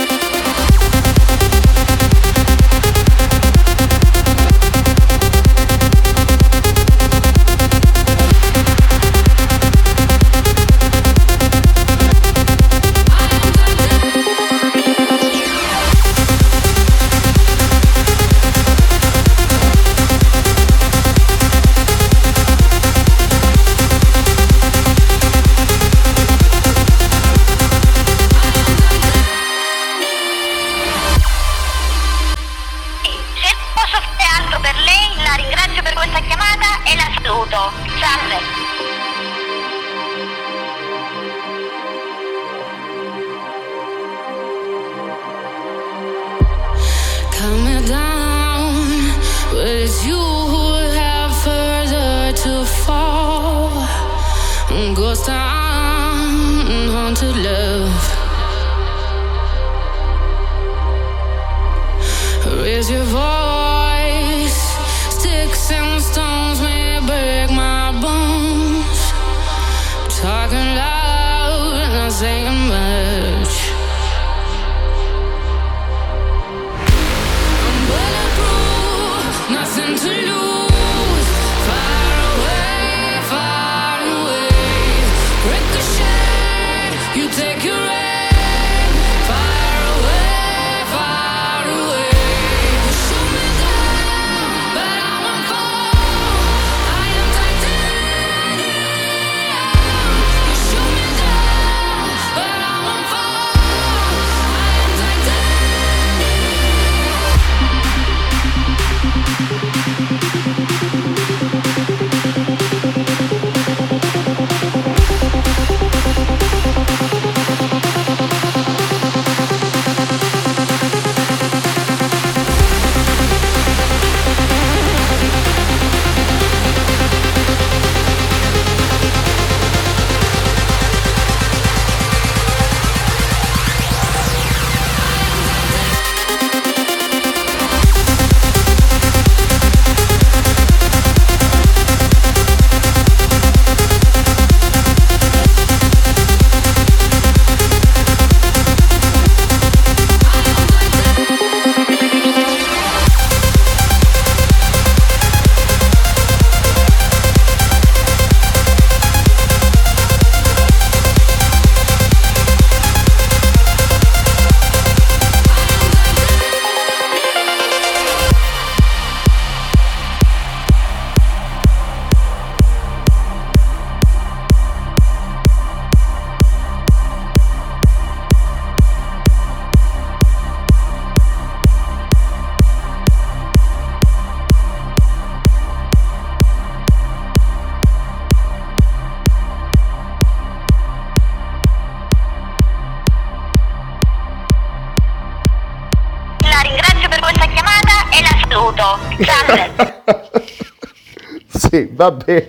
Sì, va bene.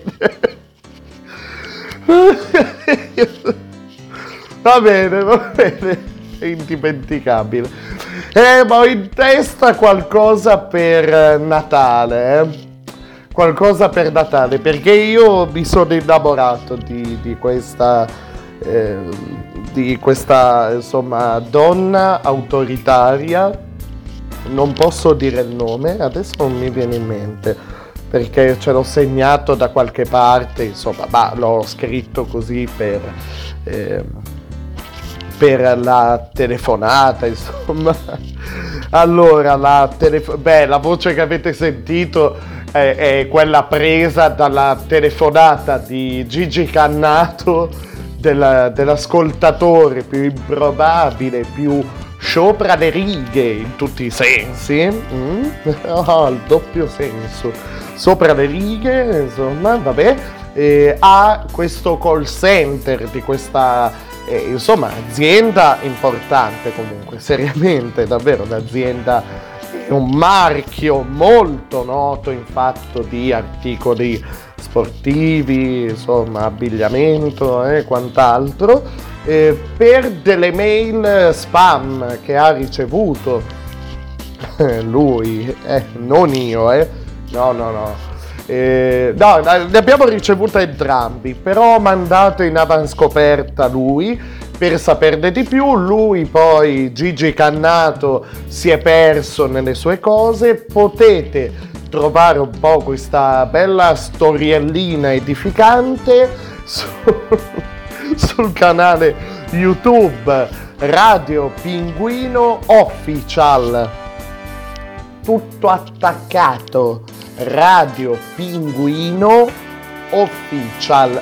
Va bene, è indimenticabile. Ma ho in testa qualcosa per Natale, qualcosa per Natale, perché io mi sono innamorato di questa insomma donna autoritaria. Non posso dire il nome, adesso non mi viene in mente, perché ce l'ho segnato da qualche parte, insomma, ma l'ho scritto così per la telefonata, insomma. Allora, la voce che avete sentito è quella presa dalla telefonata di Gigi Cannato, dell'ascoltatore più improbabile, più sopra le righe in tutti i sensi, il doppio senso, sopra le righe, insomma, vabbè, ha questo call center di questa, insomma, azienda importante comunque, seriamente, davvero un'azienda, un marchio molto noto in fatto di articoli sportivi, insomma, abbigliamento e quant'altro, per delle mail spam che ha ricevuto lui, non io, no, ne abbiamo ricevute entrambi, però ho mandato in avanscoperta lui per saperne di più. Lui poi, Gigi Cannato, si è perso nelle sue cose. Potete trovare un po' questa bella storiellina edificante sul canale YouTube Radio Pinguino Official, tutto attaccato, Radio Pinguino Official,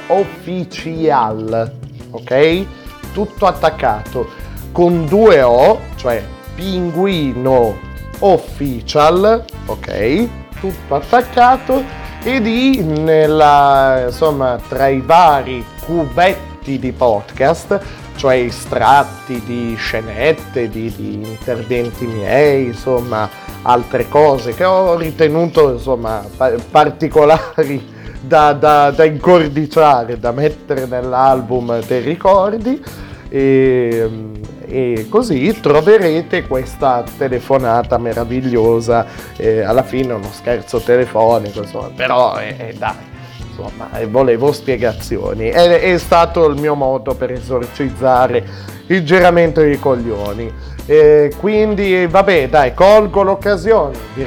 ok? Tutto attaccato, con 2 O, cioè Pinguino Official, ok? Tutto attaccato, e insomma, tra i vari cubetti di podcast, cioè estratti di scenette, di interventi miei, insomma, altre cose che ho ritenuto, insomma, particolari da incordiciare, da mettere nell'album dei ricordi, e così troverete questa telefonata meravigliosa, alla fine uno scherzo telefonico, insomma, però dai, insomma, volevo spiegazioni, è stato il mio modo per esorcizzare il giramento dei coglioni, quindi vabbè, dai, colgo l'occasione, vi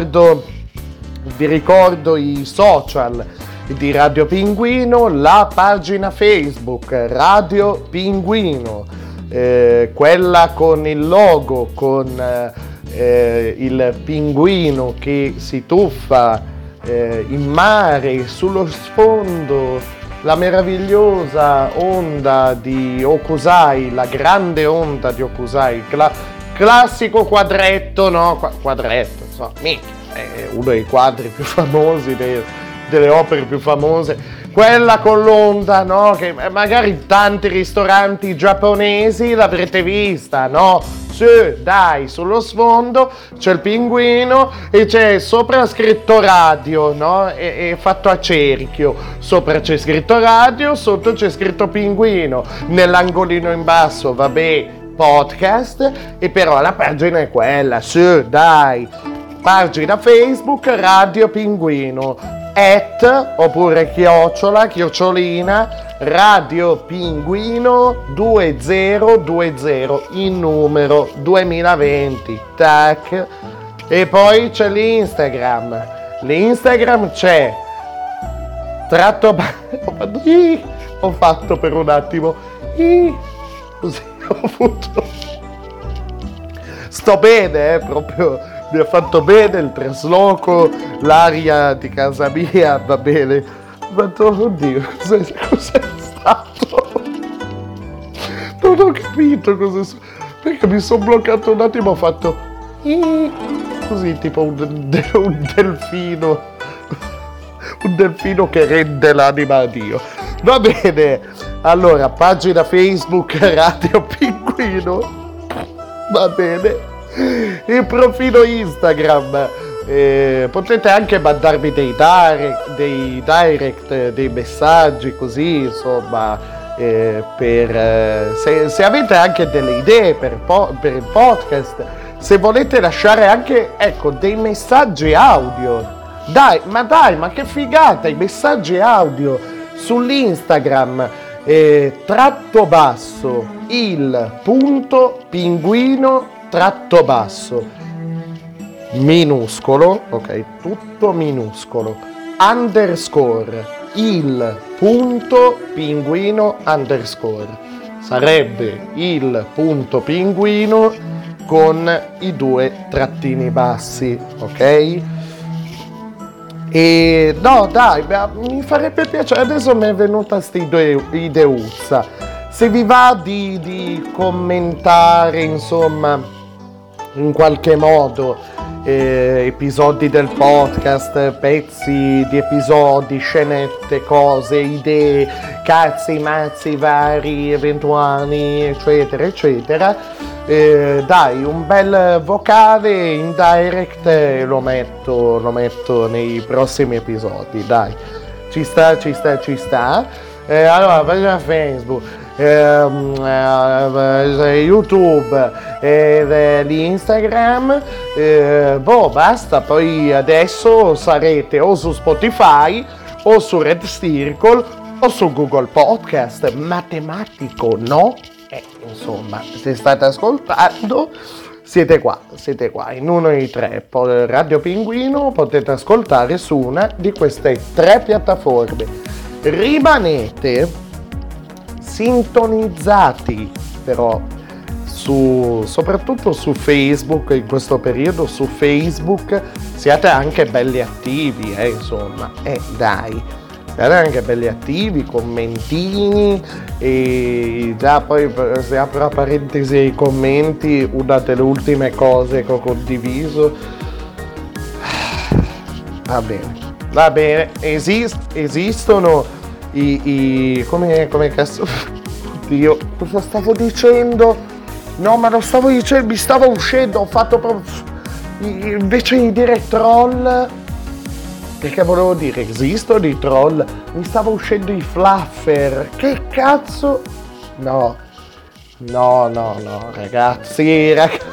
ricordo i social di Radio Pinguino, la pagina Facebook Radio Pinguino, quella con il logo, con il pinguino che si tuffa in mare, sullo sfondo la meravigliosa onda di Hokusai, la grande onda di Hokusai, classico quadretto, no? Quadretto, insomma, è uno dei quadri più famosi, delle opere più famose, quella con l'onda, no? Che magari in tanti ristoranti giapponesi l'avrete vista, no? Sì, dai, sullo sfondo c'è il pinguino e c'è sopra scritto radio, no? È fatto a cerchio, sopra c'è scritto radio, sotto c'è scritto pinguino, nell'angolino in basso, vabbè, podcast, e però la pagina è quella, sì, dai, pagina Facebook Radio Pinguino, oppure chiocciolina Radio Pinguino 2020 in numero 2020, tac. E poi c'è l'Instagram c'è ho fatto per un attimo così, ho avuto, sto bene, proprio mi ha fatto bene il trasloco, l'aria di casa mia, va bene. Ma oddio, cos'è stato? Non ho capito perché mi sono bloccato un attimo, ho fatto così, tipo un delfino, un delfino che rende l'anima a Dio. Va bene, allora, pagina Facebook Radio Pinguino, va bene. Il profilo Instagram, potete anche mandarmi dei direct, dei messaggi così, insomma, se avete anche delle idee per il podcast, se volete lasciare anche, ecco, dei messaggi audio, ma che figata, i messaggi audio sull'Instagram, _ il punto pinguino _ minuscolo, ok, tutto minuscolo, _ il punto pinguino _ sarebbe il punto pinguino con i 2 trattini bassi, ok? E no, dai, mi farebbe piacere, adesso mi è venuta sta ideuzza. se vi va di commentare, insomma, in qualche modo episodi del podcast, pezzi di episodi, scenette, cose, idee, cazzi, mazzi vari, eventuali, eccetera, eccetera, dai, un bel vocale in direct e lo metto nei prossimi episodi, dai, ci sta. Allora, pagina Facebook, YouTube, l'Instagram, basta, poi adesso sarete o su Spotify o su Red Circle o su Google Podcast, matematico, no? Insomma, se state ascoltando, siete qua, in uno dei tre, Radio Pinguino, potete ascoltare su una di queste tre piattaforme. Rimanete sintonizzati però soprattutto su Facebook, in questo periodo su Facebook siate anche belli attivi, insomma, dai, siate anche belli attivi, commentini, e già poi se apro a parentesi ai commenti, una delle ultime cose che ho condiviso, va bene, esistono come cazzo, oddio, cosa stavo dicendo? No, ma non stavo dicendo, mi stavo uscendo, ho fatto proprio, invece di dire troll, perché volevo dire, esistono i troll, mi stavo uscendo i fluffer, che cazzo? No, ragazzi,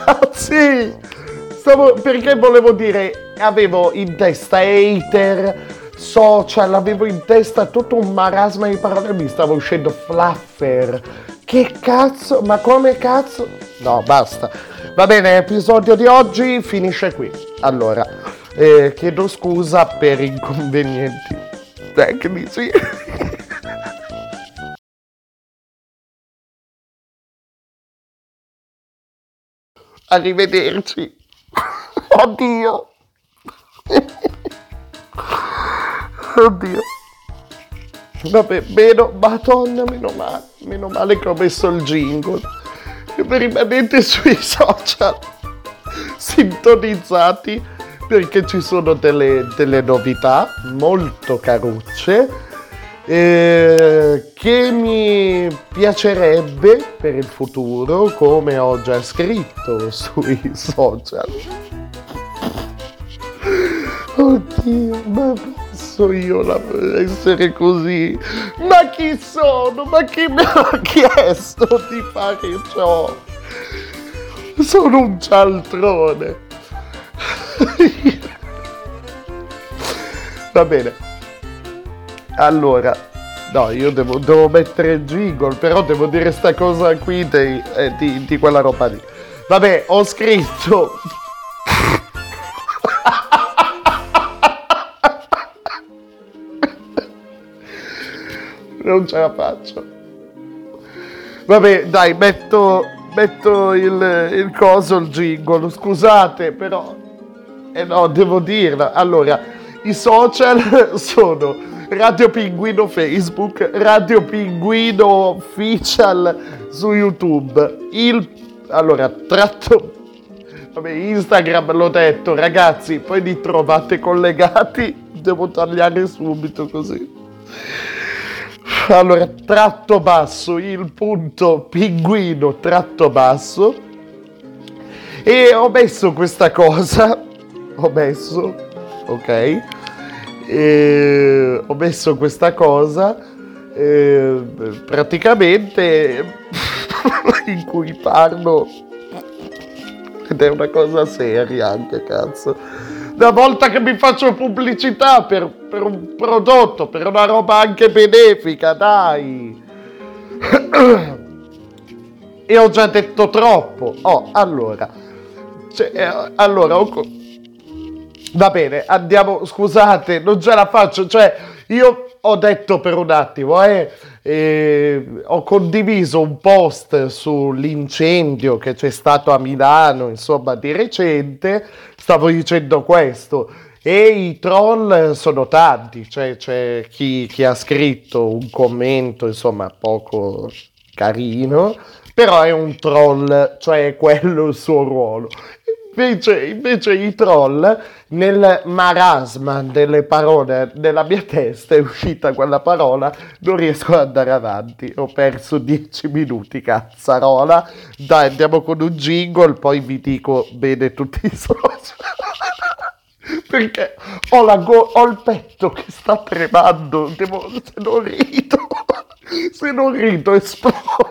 perché volevo dire, avevo in testa hater, social, avevo in testa tutto un marasma di parole, mi stavo uscendo fluffer, che cazzo, ma come cazzo? No, basta, va bene, l'episodio di oggi finisce qui. Allora, chiedo scusa per inconvenienti tecnici. Arrivederci. Oddio. Vabbè, madonna, meno male che ho messo il jingle. E rimanete sui social sintonizzati, perché ci sono delle novità molto carucce che mi piacerebbe per il futuro, come ho già scritto sui social. Oddio, ma posso io essere così? Ma chi sono? Ma chi mi ha chiesto di fare ciò? Sono un cialtrone. Va bene. Allora, no, io devo mettere il jingle, però devo dire sta cosa qui di quella roba lì. Vabbè, ho scritto... Non ce la faccio. Vabbè, dai, metto il coso, il jingle. Scusate, però... no, devo dirla. Allora, i social sono Radio Pinguino Facebook, Radio Pinguino Official su YouTube. Allora, vabbè, Instagram l'ho detto, ragazzi, poi li trovate collegati. Devo tagliare subito così. Allora, _ basso, il punto pinguino _ e ho messo questa cosa, ok, ho messo questa cosa praticamente in cui parlo, ed è una cosa seria anche, cazzo. Una volta che mi faccio pubblicità per un prodotto, per una roba anche benefica, dai. E ho già detto troppo. Allora. Va bene, andiamo, scusate, non ce la faccio, io ho detto per un attimo, ho condiviso un post sull'incendio che c'è stato a Milano, insomma, di recente, stavo dicendo questo, e i troll sono tanti, c'è chi ha scritto un commento, insomma, poco carino, però è un troll, cioè è quello il suo ruolo. Invece i troll, nel marasma delle parole della mia testa è uscita quella parola, non riesco ad andare avanti, ho perso 10 minuti, cazzarola. Dai, andiamo con un jingle, poi vi dico bene tutti i social. Perché ho il petto che sta tremando, se non rido esplodo.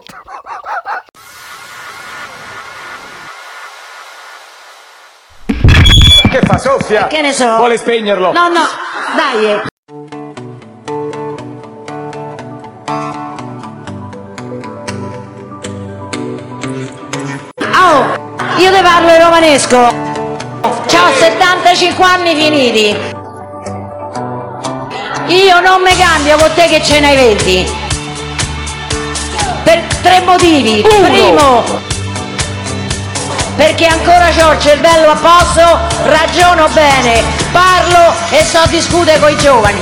Che fa, soffia? Che ne so? Vuole spegnerlo? No, dai. Oh, io te parlo in romanesco. C'ho 75 anni finiti. Io non mi cambio con te che ce n'hai 20. Per 3 motivi. Primo, perché ancora c'ho il cervello a posto, ragiono bene, parlo e so discutere coi giovani.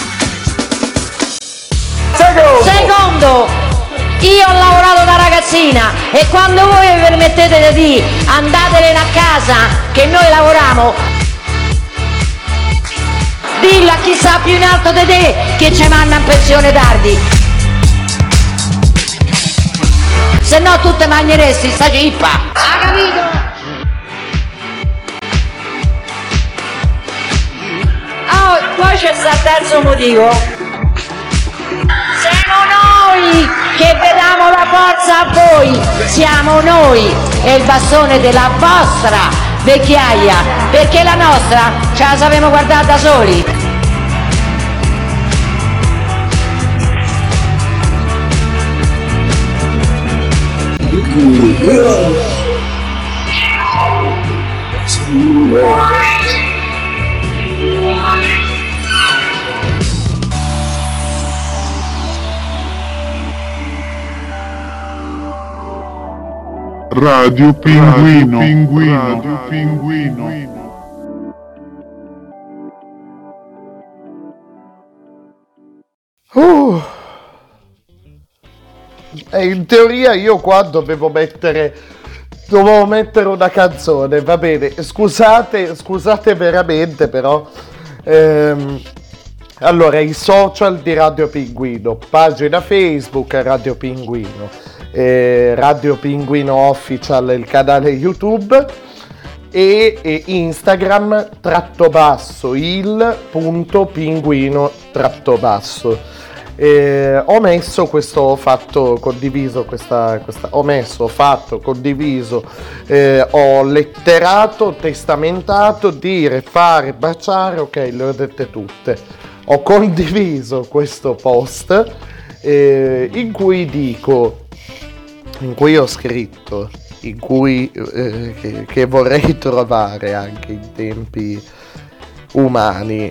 Secondo, io ho lavorato da ragazzina e quando voi vi permettete di andatevene a casa che noi lavoriamo, dillo a chi sta più in alto di te che ci manda in pensione tardi. Se no tu te mangeresti sta cippa. Ha capito? Oh, poi c'è sta il terzo motivo. Siamo noi che vediamo la forza a voi. Siamo noi e il bastone della vostra vecchiaia. Perché la nostra ce la sappiamo guardare da soli. Radio Pinguino. Radio Pinguino. In teoria io qua dovevo mettere una canzone, va bene, scusate veramente, però allora i social di Radio Pinguino, pagina Facebook Radio Pinguino, Radio Pinguino Official il canale YouTube e Instagram _il.pinguino_. Ho messo questo, ho fatto, condiviso questa ho messo, fatto, condiviso, ho letterato, testamentato, dire, fare, baciare, ok, le ho dette tutte. Ho condiviso questo post in cui ho scritto, che vorrei trovare anche in tempi umani.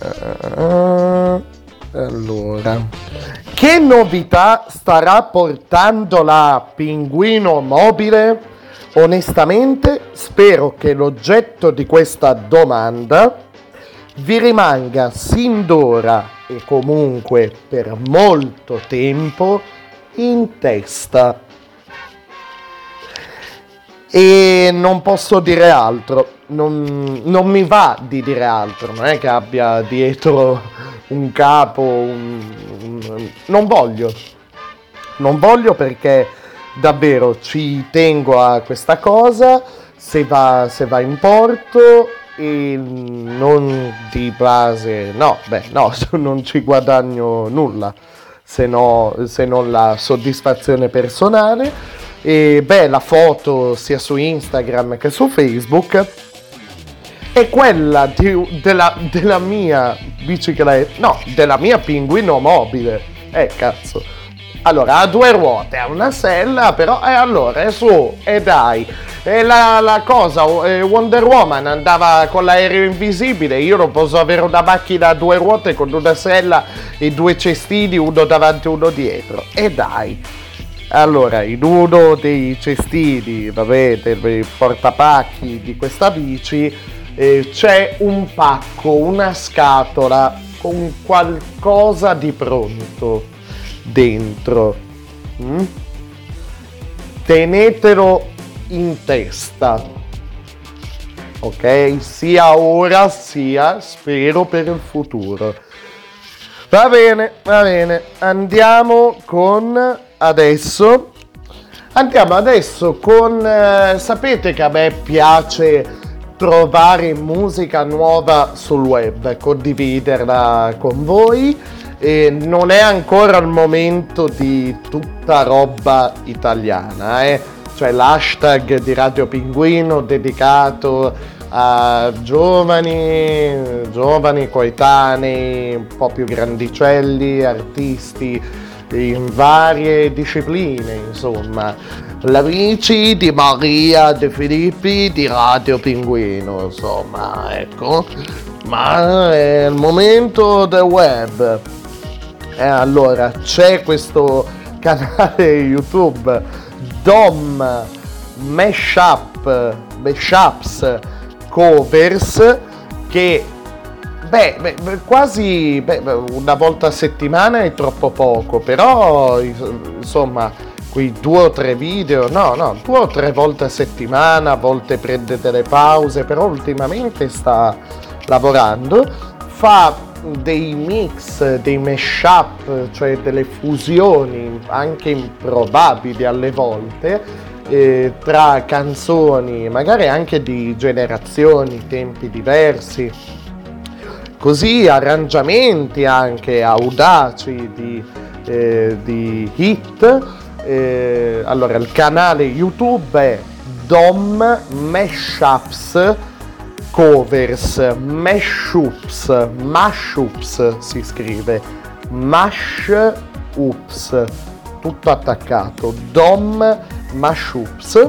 Allora, che novità starà portando la Pinguino Mobile? Onestamente spero che l'oggetto di questa domanda vi rimanga sin d'ora e comunque per molto tempo in testa. E non posso dire altro, non mi va di dire altro, non è che abbia dietro un capo, non voglio perché davvero ci tengo a questa cosa, se va in porto e non di base, non ci guadagno nulla, se non la soddisfazione personale. E la foto sia su Instagram che su Facebook è quella della mia bicicletta, della mia Pinguino Mobile. Cazzo. Allora, ha 2 ruote, ha una sella, però allora è su, dai. E la cosa, Wonder Woman andava con l'aereo invisibile, io non posso avere una macchina a 2 ruote con una sella e 2 cestini, uno davanti e uno dietro. Dai. Allora, in uno dei cestini, del portapacchi di questa bici, c'è un pacco, una scatola con qualcosa di pronto dentro. tenetelo in testa, ok? Sia ora sia, spero, per il futuro. Va bene, andiamo adesso con sapete che a me piace trovare musica nuova sul web, condividerla con voi. Non è ancora il momento di tutta roba italiana, cioè l'hashtag di Radio Pinguino dedicato a giovani coetanei, un po' più grandicelli, artisti in varie discipline, insomma, l'amici di Maria De Filippi di Radio Pinguino, insomma, ecco, ma è il momento del web. Allora, c'è questo canale YouTube Dom Mashups Covers che quasi una volta a settimana è troppo poco, però insomma quei 2 o 3 video, 2 o 3 volte a settimana, a volte prende delle pause, però ultimamente sta lavorando, fa dei mix, dei mashup, cioè delle fusioni anche improbabili alle volte, tra canzoni magari anche di generazioni, tempi diversi, così arrangiamenti anche audaci di hit. Allora il canale YouTube è Dom Mashups Covers, Mashups si scrive, Mashups, tutto attaccato, Dom Mashups,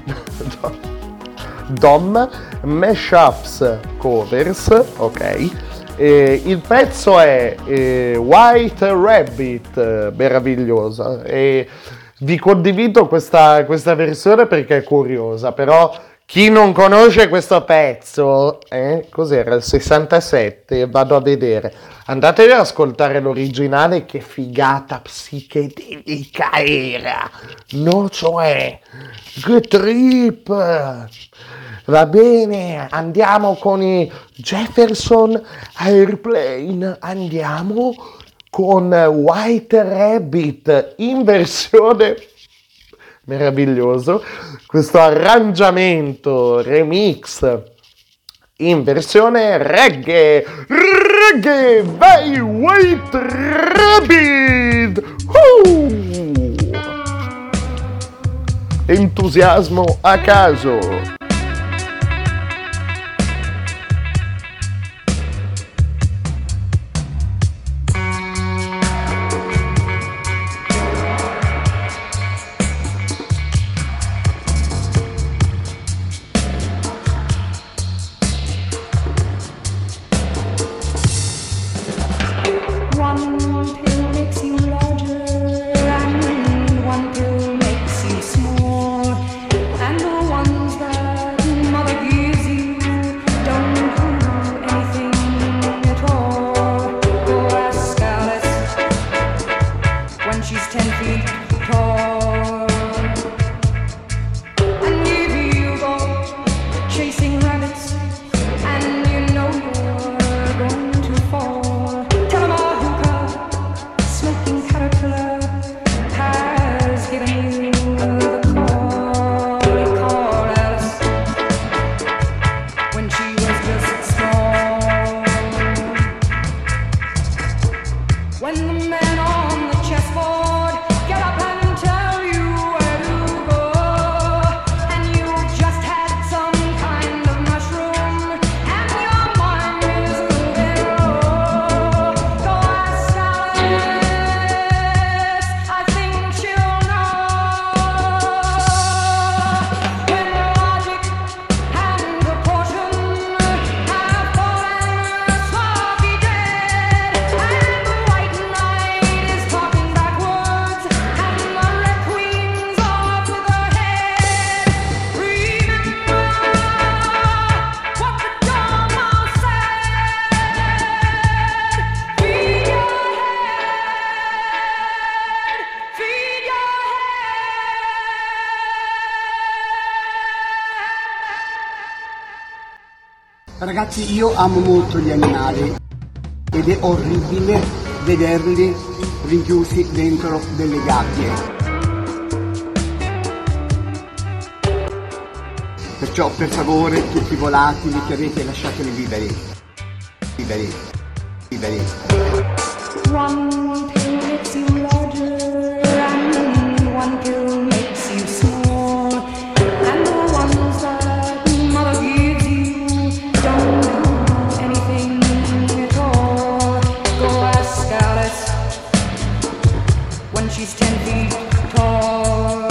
Dom Mashups Covers, ok. Il pezzo è White Rabbit, meravigliosa, e vi condivido questa versione perché è curiosa, però chi non conosce questo pezzo, cos'era, il 67, vado a vedere, andatevi ad ascoltare l'originale, che figata psichedelica era, no, cioè, che trip. Va bene, andiamo con i Jefferson Airplane, andiamo con White Rabbit in versione, meraviglioso, questo arrangiamento remix in versione reggae, vai White Rabbit, entusiasmo a caso. One pill makes you small, and the ones that Ragazzi, io amo molto gli animali ed è orribile vederli rinchiusi dentro delle gabbie. Perciò, per favore, tutti i volatili che avete, lasciateli vivere. Vivere. Vivere. One pill makes you larger, and one pill makes you small. And the ones that mother gives you don't do anything at all. Go ask Alice when she's 10 feet tall.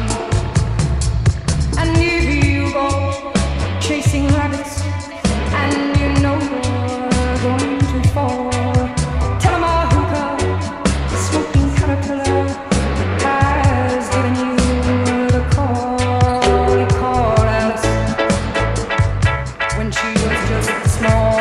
And if you go chasing rabbits, and you know you're going to fall, tell 'em a hookah, smoking caterpillar, has given you the call. You called Alice when she was just small.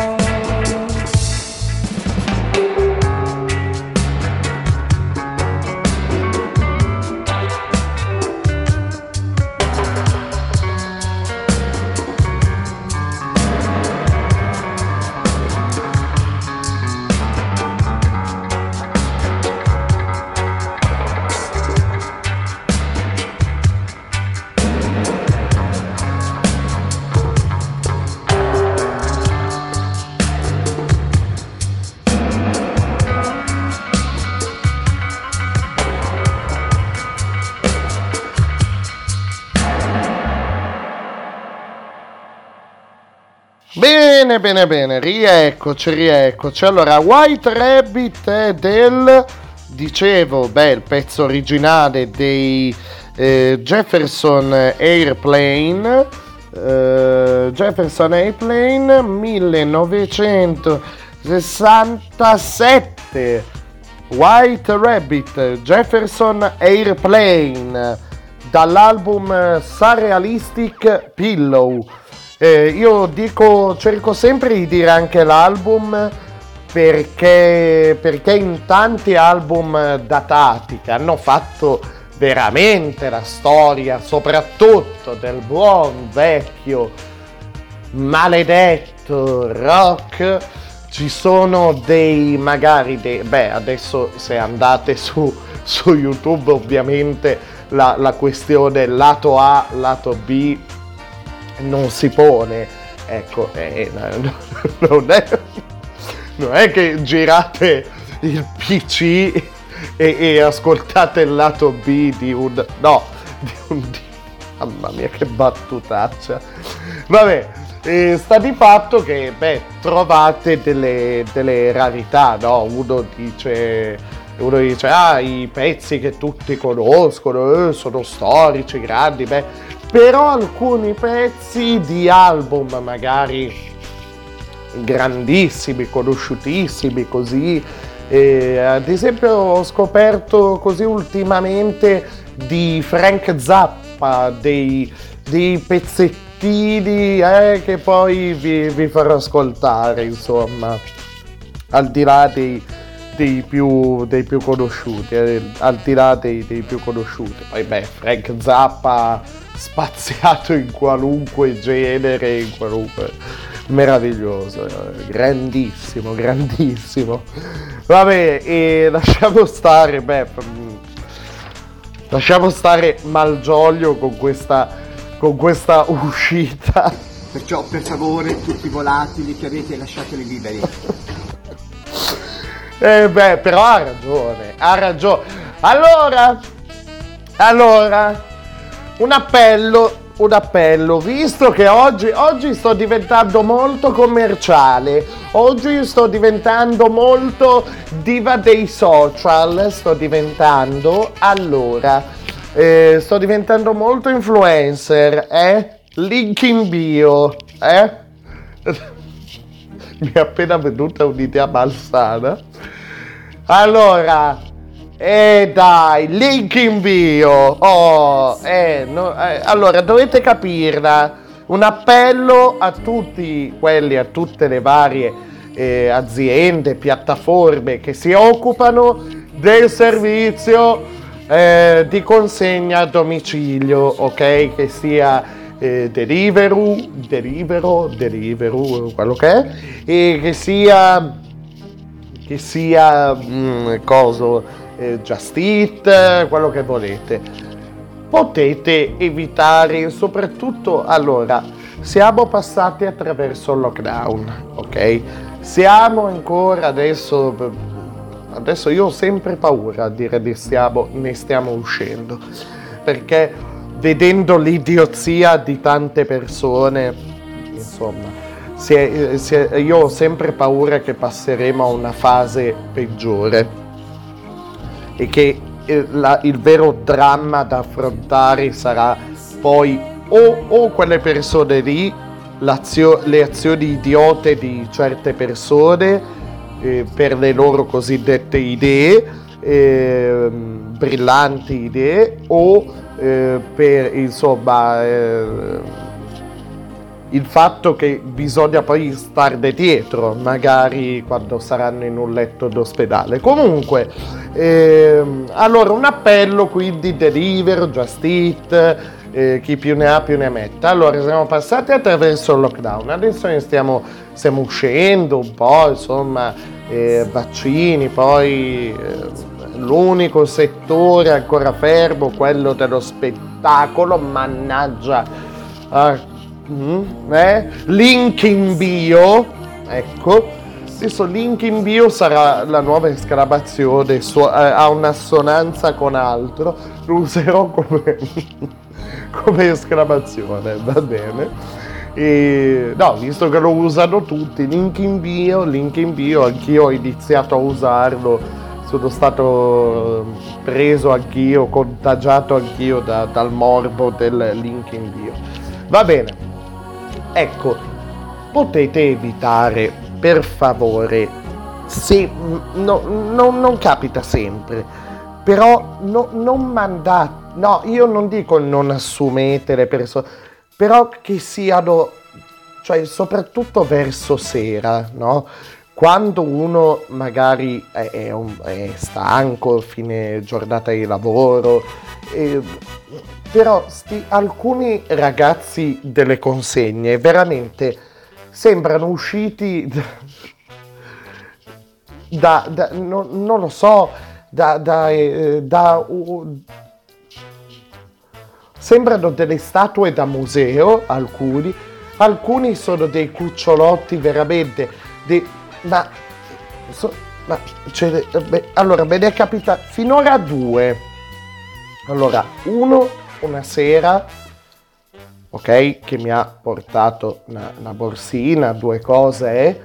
Bene, rieccoci. Allora, White Rabbit è dicevo, il pezzo originale dei Jefferson Airplane, 1967. White Rabbit, Jefferson Airplane, dall'album Surrealistic Pillow. Io cerco sempre di dire anche l'album perché in tanti album datati che hanno fatto veramente la storia, soprattutto del buon vecchio maledetto rock, ci sono adesso se andate su YouTube ovviamente la questione lato A, lato B non si pone, ecco, non è che girate il PC e ascoltate il lato B di un mamma mia che battutaccia, vabbè, sta di fatto che trovate delle rarità, no? Uno dice i pezzi che tutti conoscono sono storici, grandi, però alcuni pezzi di album magari grandissimi, conosciutissimi, così, ad esempio ho scoperto così ultimamente di Frank Zappa, dei pezzettini che poi vi farò ascoltare, insomma, al di là dei più conosciuti, poi Frank Zappa spaziato in qualunque genere, meraviglioso, grandissimo, vabbè, e lasciamo stare Malgioglio con questa uscita. Perciò, per favore, tutti i volatili che avete, lasciateli vivere. Però ha ragione. Allora, un appello, visto che oggi sto diventando molto commerciale, oggi sto diventando molto diva dei social, sto diventando molto influencer, link in bio, mi è appena venuta un'idea malsana. Allora, dai, link in bio. Allora, dovete capirla. Un appello a tutte le varie aziende, piattaforme che si occupano del servizio di consegna a domicilio, ok? Che sia Deliveroo, quello che è, e che sia coso, Just Eat, quello che volete. Potete evitare, soprattutto, allora, siamo passati attraverso il lockdown, ok? Siamo ancora adesso io ho sempre paura a dire ne stiamo uscendo, perché vedendo l'idiozia di tante persone, insomma, io ho sempre paura che passeremo a una fase peggiore e che il vero dramma da affrontare sarà poi o quelle persone lì, le azioni idiote di certe persone per le loro cosiddette idee, brillanti idee, o per insomma il fatto che bisogna poi starne dietro, magari quando saranno in un letto d'ospedale. Comunque, allora un appello quindi: Deliveroo, Just Eat, chi più ne ha più ne metta. Allora, siamo passati attraverso il lockdown, adesso ne stiamo uscendo un po', insomma, vaccini, poi l'unico settore ancora fermo, quello dello spettacolo, mannaggia, link in bio, ecco, adesso link in bio sarà la nuova esclamazione, ha un'assonanza con altro, lo userò come esclamazione, va bene. No, visto che lo usano tutti, link in bio, anch'io ho iniziato a usarlo, sono stato preso anch'io, contagiato anch'io dal morbo del link in bio. Va bene, ecco, potete evitare, per favore, se non capita sempre, però non mandate, no, io non dico non assumete le persone, però che siano, cioè soprattutto verso sera, no? Quando uno magari è stanco, fine giornata di lavoro, però alcuni ragazzi delle consegne veramente sembrano usciti non lo so, sembrano delle statue da museo, alcuni sono dei cucciolotti veramente, allora me ne è capitato finora 2. Allora, uno una sera, ok, che mi ha portato una borsina, 2 cose,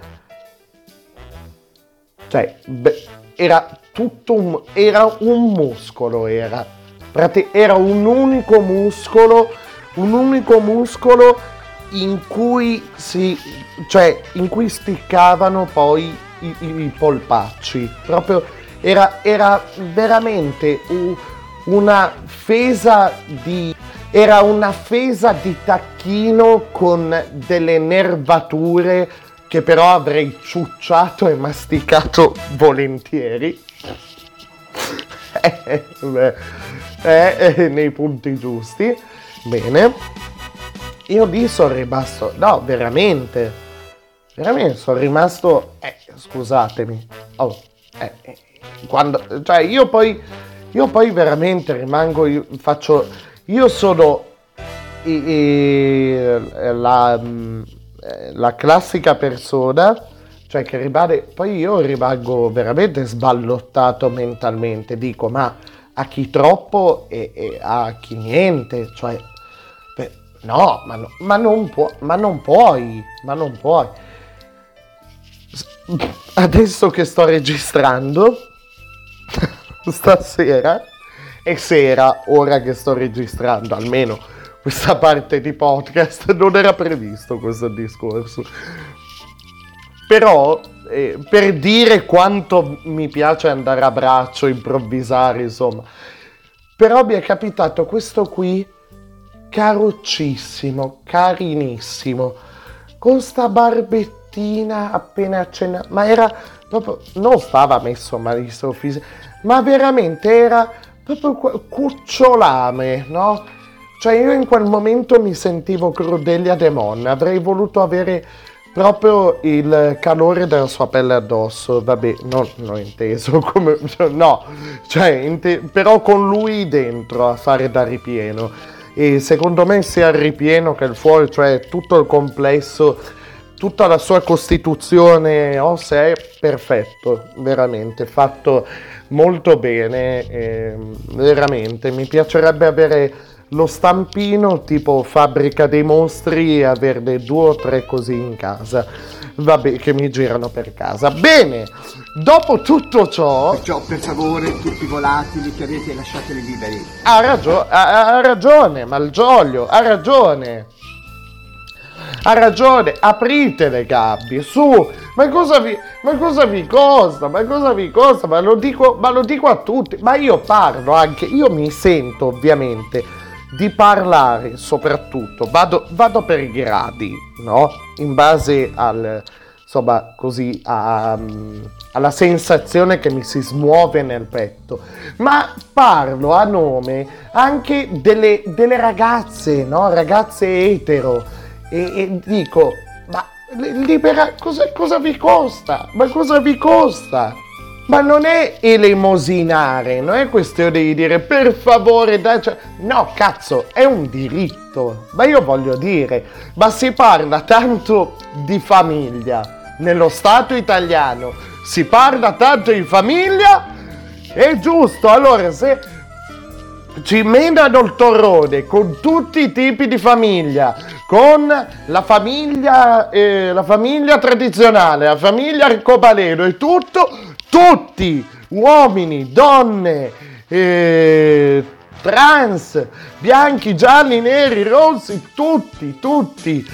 cioè era un muscolo, era un unico muscolo in cui in cui sticcavano poi i polpacci, proprio era veramente una fesa di tacchino con delle nervature che però avrei ciucciato e masticato volentieri nei punti giusti. Bene, io lì sono rimasto, no, veramente sono rimasto, scusatemi, quando, cioè io poi veramente rimango, io sono la classica persona, cioè che rimane, poi io rimango veramente sballottato mentalmente, dico ma a chi troppo e a chi niente, cioè no, ma non puoi. Adesso che sto registrando stasera è sera, ora che sto registrando, almeno questa parte di podcast non era previsto questo discorso, però per dire quanto mi piace andare a braccio, improvvisare, insomma, però mi è capitato questo qui caroccissimo, carinissimo, con sta barbettina appena accennata, ma era proprio, non stava messo malissimo fisico, ma veramente era proprio cucciolame, no? Cioè io in quel momento mi sentivo Crudelia Demon, avrei voluto avere proprio il calore della sua pelle addosso, vabbè, non inteso come... no, cioè, però con lui dentro a fare da ripieno. E secondo me sia il ripieno che il fuori, cioè tutto il complesso, tutta la sua costituzione ossea è perfetto, veramente, fatto molto bene, veramente. Mi piacerebbe avere lo stampino tipo Fabbrica dei Mostri e averne 2 o 3 così in casa, vabbè, che mi girano per casa. Bene, dopo tutto ciò... Perciò per favore tutti i volatili che avete lasciateli liberi. Ha ragione Malgioglio, ha ragione, aprite le gabbie, su, ma cosa vi costa, ma lo dico a tutti, ma io parlo anche, io mi sento ovviamente di parlare soprattutto, vado per gradi, no? In base al, insomma, così, alla sensazione che mi si smuove nel petto, ma parlo a nome anche delle ragazze, no? Ragazze etero, e dico, ma cosa vi costa? Ma cosa vi costa? Ma non è elemosinare, non è questione di dire per favore dai, cioè, no cazzo, è un diritto. Ma io voglio dire, ma si parla tanto di famiglia nello Stato italiano, si parla tanto di famiglia, è giusto, allora se ci menano il torrone con tutti i tipi di famiglia, con la famiglia tradizionale, la famiglia arcobaleno e tutto, tutti, uomini, donne, trans, bianchi, gialli, neri, rossi, tutti,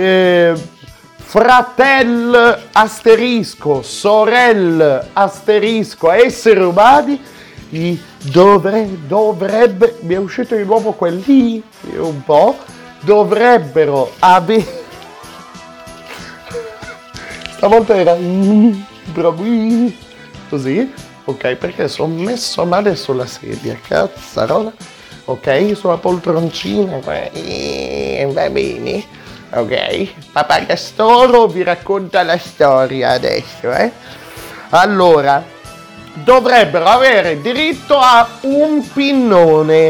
fratello asterisco, sorelle asterisco, esseri umani, dovrebbe, mi è uscito di nuovo quel lì, un po', dovrebbero avere, stavolta era così, ok, perché sono messo male sulla sedia, cazzarola, ok, sulla poltroncina, va bene, ok, Papà Castoro vi racconta la storia adesso, allora, dovrebbero avere diritto a un pinnone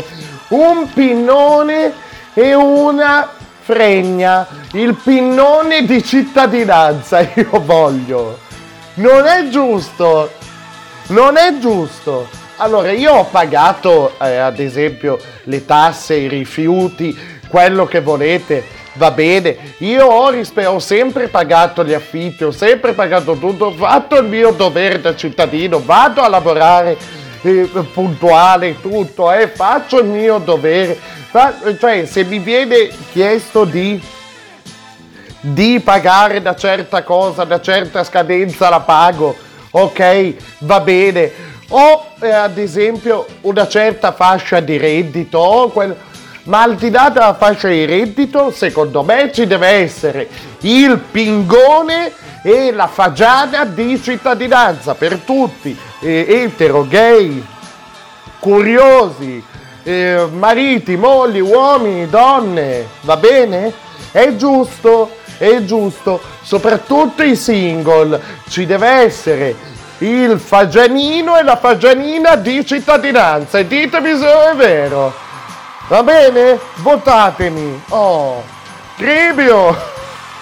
e una fregna, il pinnone di cittadinanza io voglio, non è giusto. Allora io ho pagato ad esempio le tasse, i rifiuti, quello che volete, va bene, io ho sempre pagato gli affitti, ho sempre pagato tutto, ho fatto il mio dovere da cittadino, vado a lavorare puntuale, tutto, faccio il mio dovere, cioè se mi viene chiesto di pagare da certa cosa, da certa scadenza la pago, ok, va bene, o ad esempio una certa fascia di reddito, ma al di là della fascia di reddito, secondo me ci deve essere il pingone e la fagiana di cittadinanza per tutti, etero, gay, curiosi, mariti, mogli, uomini, donne, va bene? È giusto, soprattutto i single, ci deve essere il fagianino e la fagianina di cittadinanza, e ditemi se è vero, va bene? Votatemi, Cribio!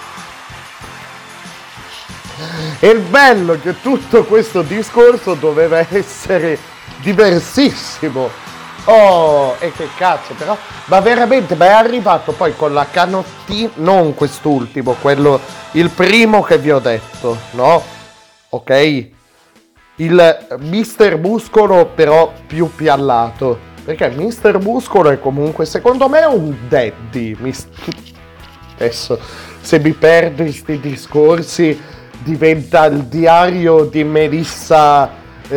E il bello che tutto questo discorso doveva essere diversissimo, e che cazzo, però, ma veramente, ma è arrivato poi con la canottina, non quest'ultimo, il primo che vi ho detto, no? Ok? Il Mister Muscolo però più piallato, perché Mister Muscolo è comunque, secondo me, un daddy. Adesso, se mi perdo in sti discorsi, diventa il diario di Melissa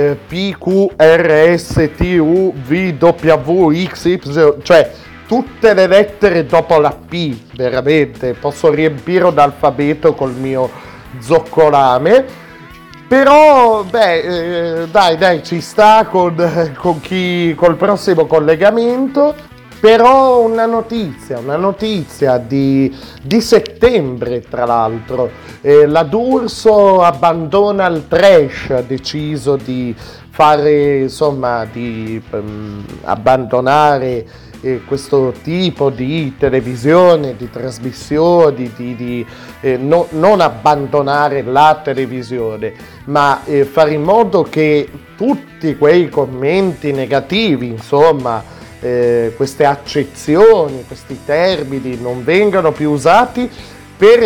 PQRSTUVWXY, cioè tutte le lettere dopo la P, veramente, posso riempire un alfabeto col mio zoccolame, però dai, ci sta col prossimo collegamento. Però una notizia di settembre, tra l'altro, la D'Urso abbandona il trash, ha deciso di fare, insomma, di abbandonare questo tipo di televisione, di trasmissioni, non abbandonare la televisione, ma fare in modo che tutti quei commenti negativi, insomma, queste accezioni, questi termini non vengano più usati per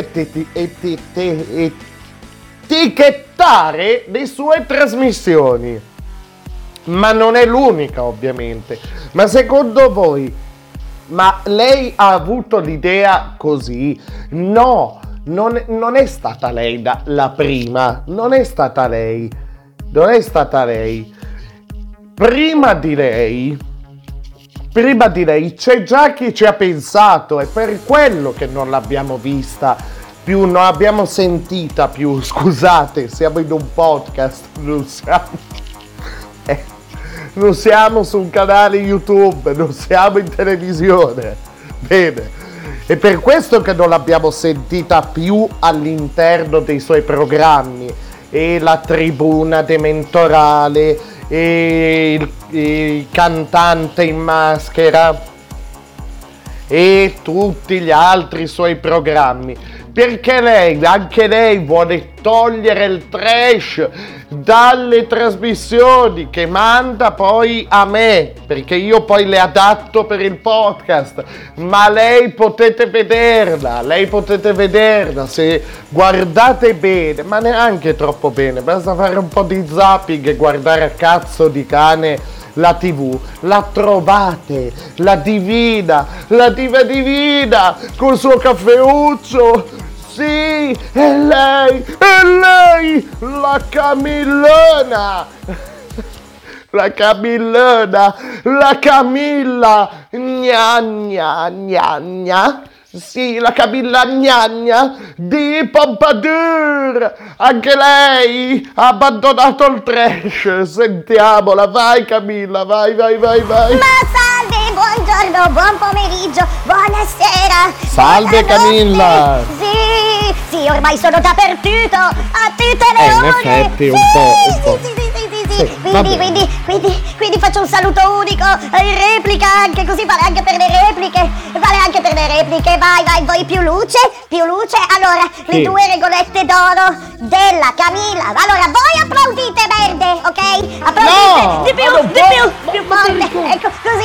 etichettare le sue trasmissioni. Ma non è l'unica, ovviamente. Ma secondo voi, ma lei ha avuto l'idea così? No, non è stata lei la prima, non è stata lei. Prima di lei c'è già chi ci ha pensato, è per quello che non l'abbiamo vista più, non l'abbiamo sentita più. Scusate, siamo in un podcast, non siamo su un canale YouTube, non siamo in televisione. Bene, è per questo che non l'abbiamo sentita più all'interno dei suoi programmi, e la tribuna dementorale, e il cantante in maschera e tutti gli altri suoi programmi, perché anche lei vuole togliere il trash dalle trasmissioni che manda poi a me, perché io poi le adatto per il podcast, ma lei potete vederla se guardate bene, ma neanche troppo bene, basta fare un po' di zapping e guardare a cazzo di cane la TV, la trovate, la diva divina, col suo caffeuccio. Sì, è lei, la Camillona, la Camilla gnagna. Sì, la Camilla gnagna di Pompadour, anche lei ha abbandonato il trash. Sentiamola, vai Camilla, vai. Ma salve, buongiorno, buon pomeriggio, buonasera. Salve Camilla. Sì, ormai sono dappertutto, a tutte le ore. In effetti un po'. Quindi faccio un saluto unico, in replica anche, così vale anche per le repliche. Vai, voi più luce. Allora, le 2 regolette d'oro della Camilla. Allora, voi applaudite verde, ok? Applaudite, no, di più forte. Ecco, così,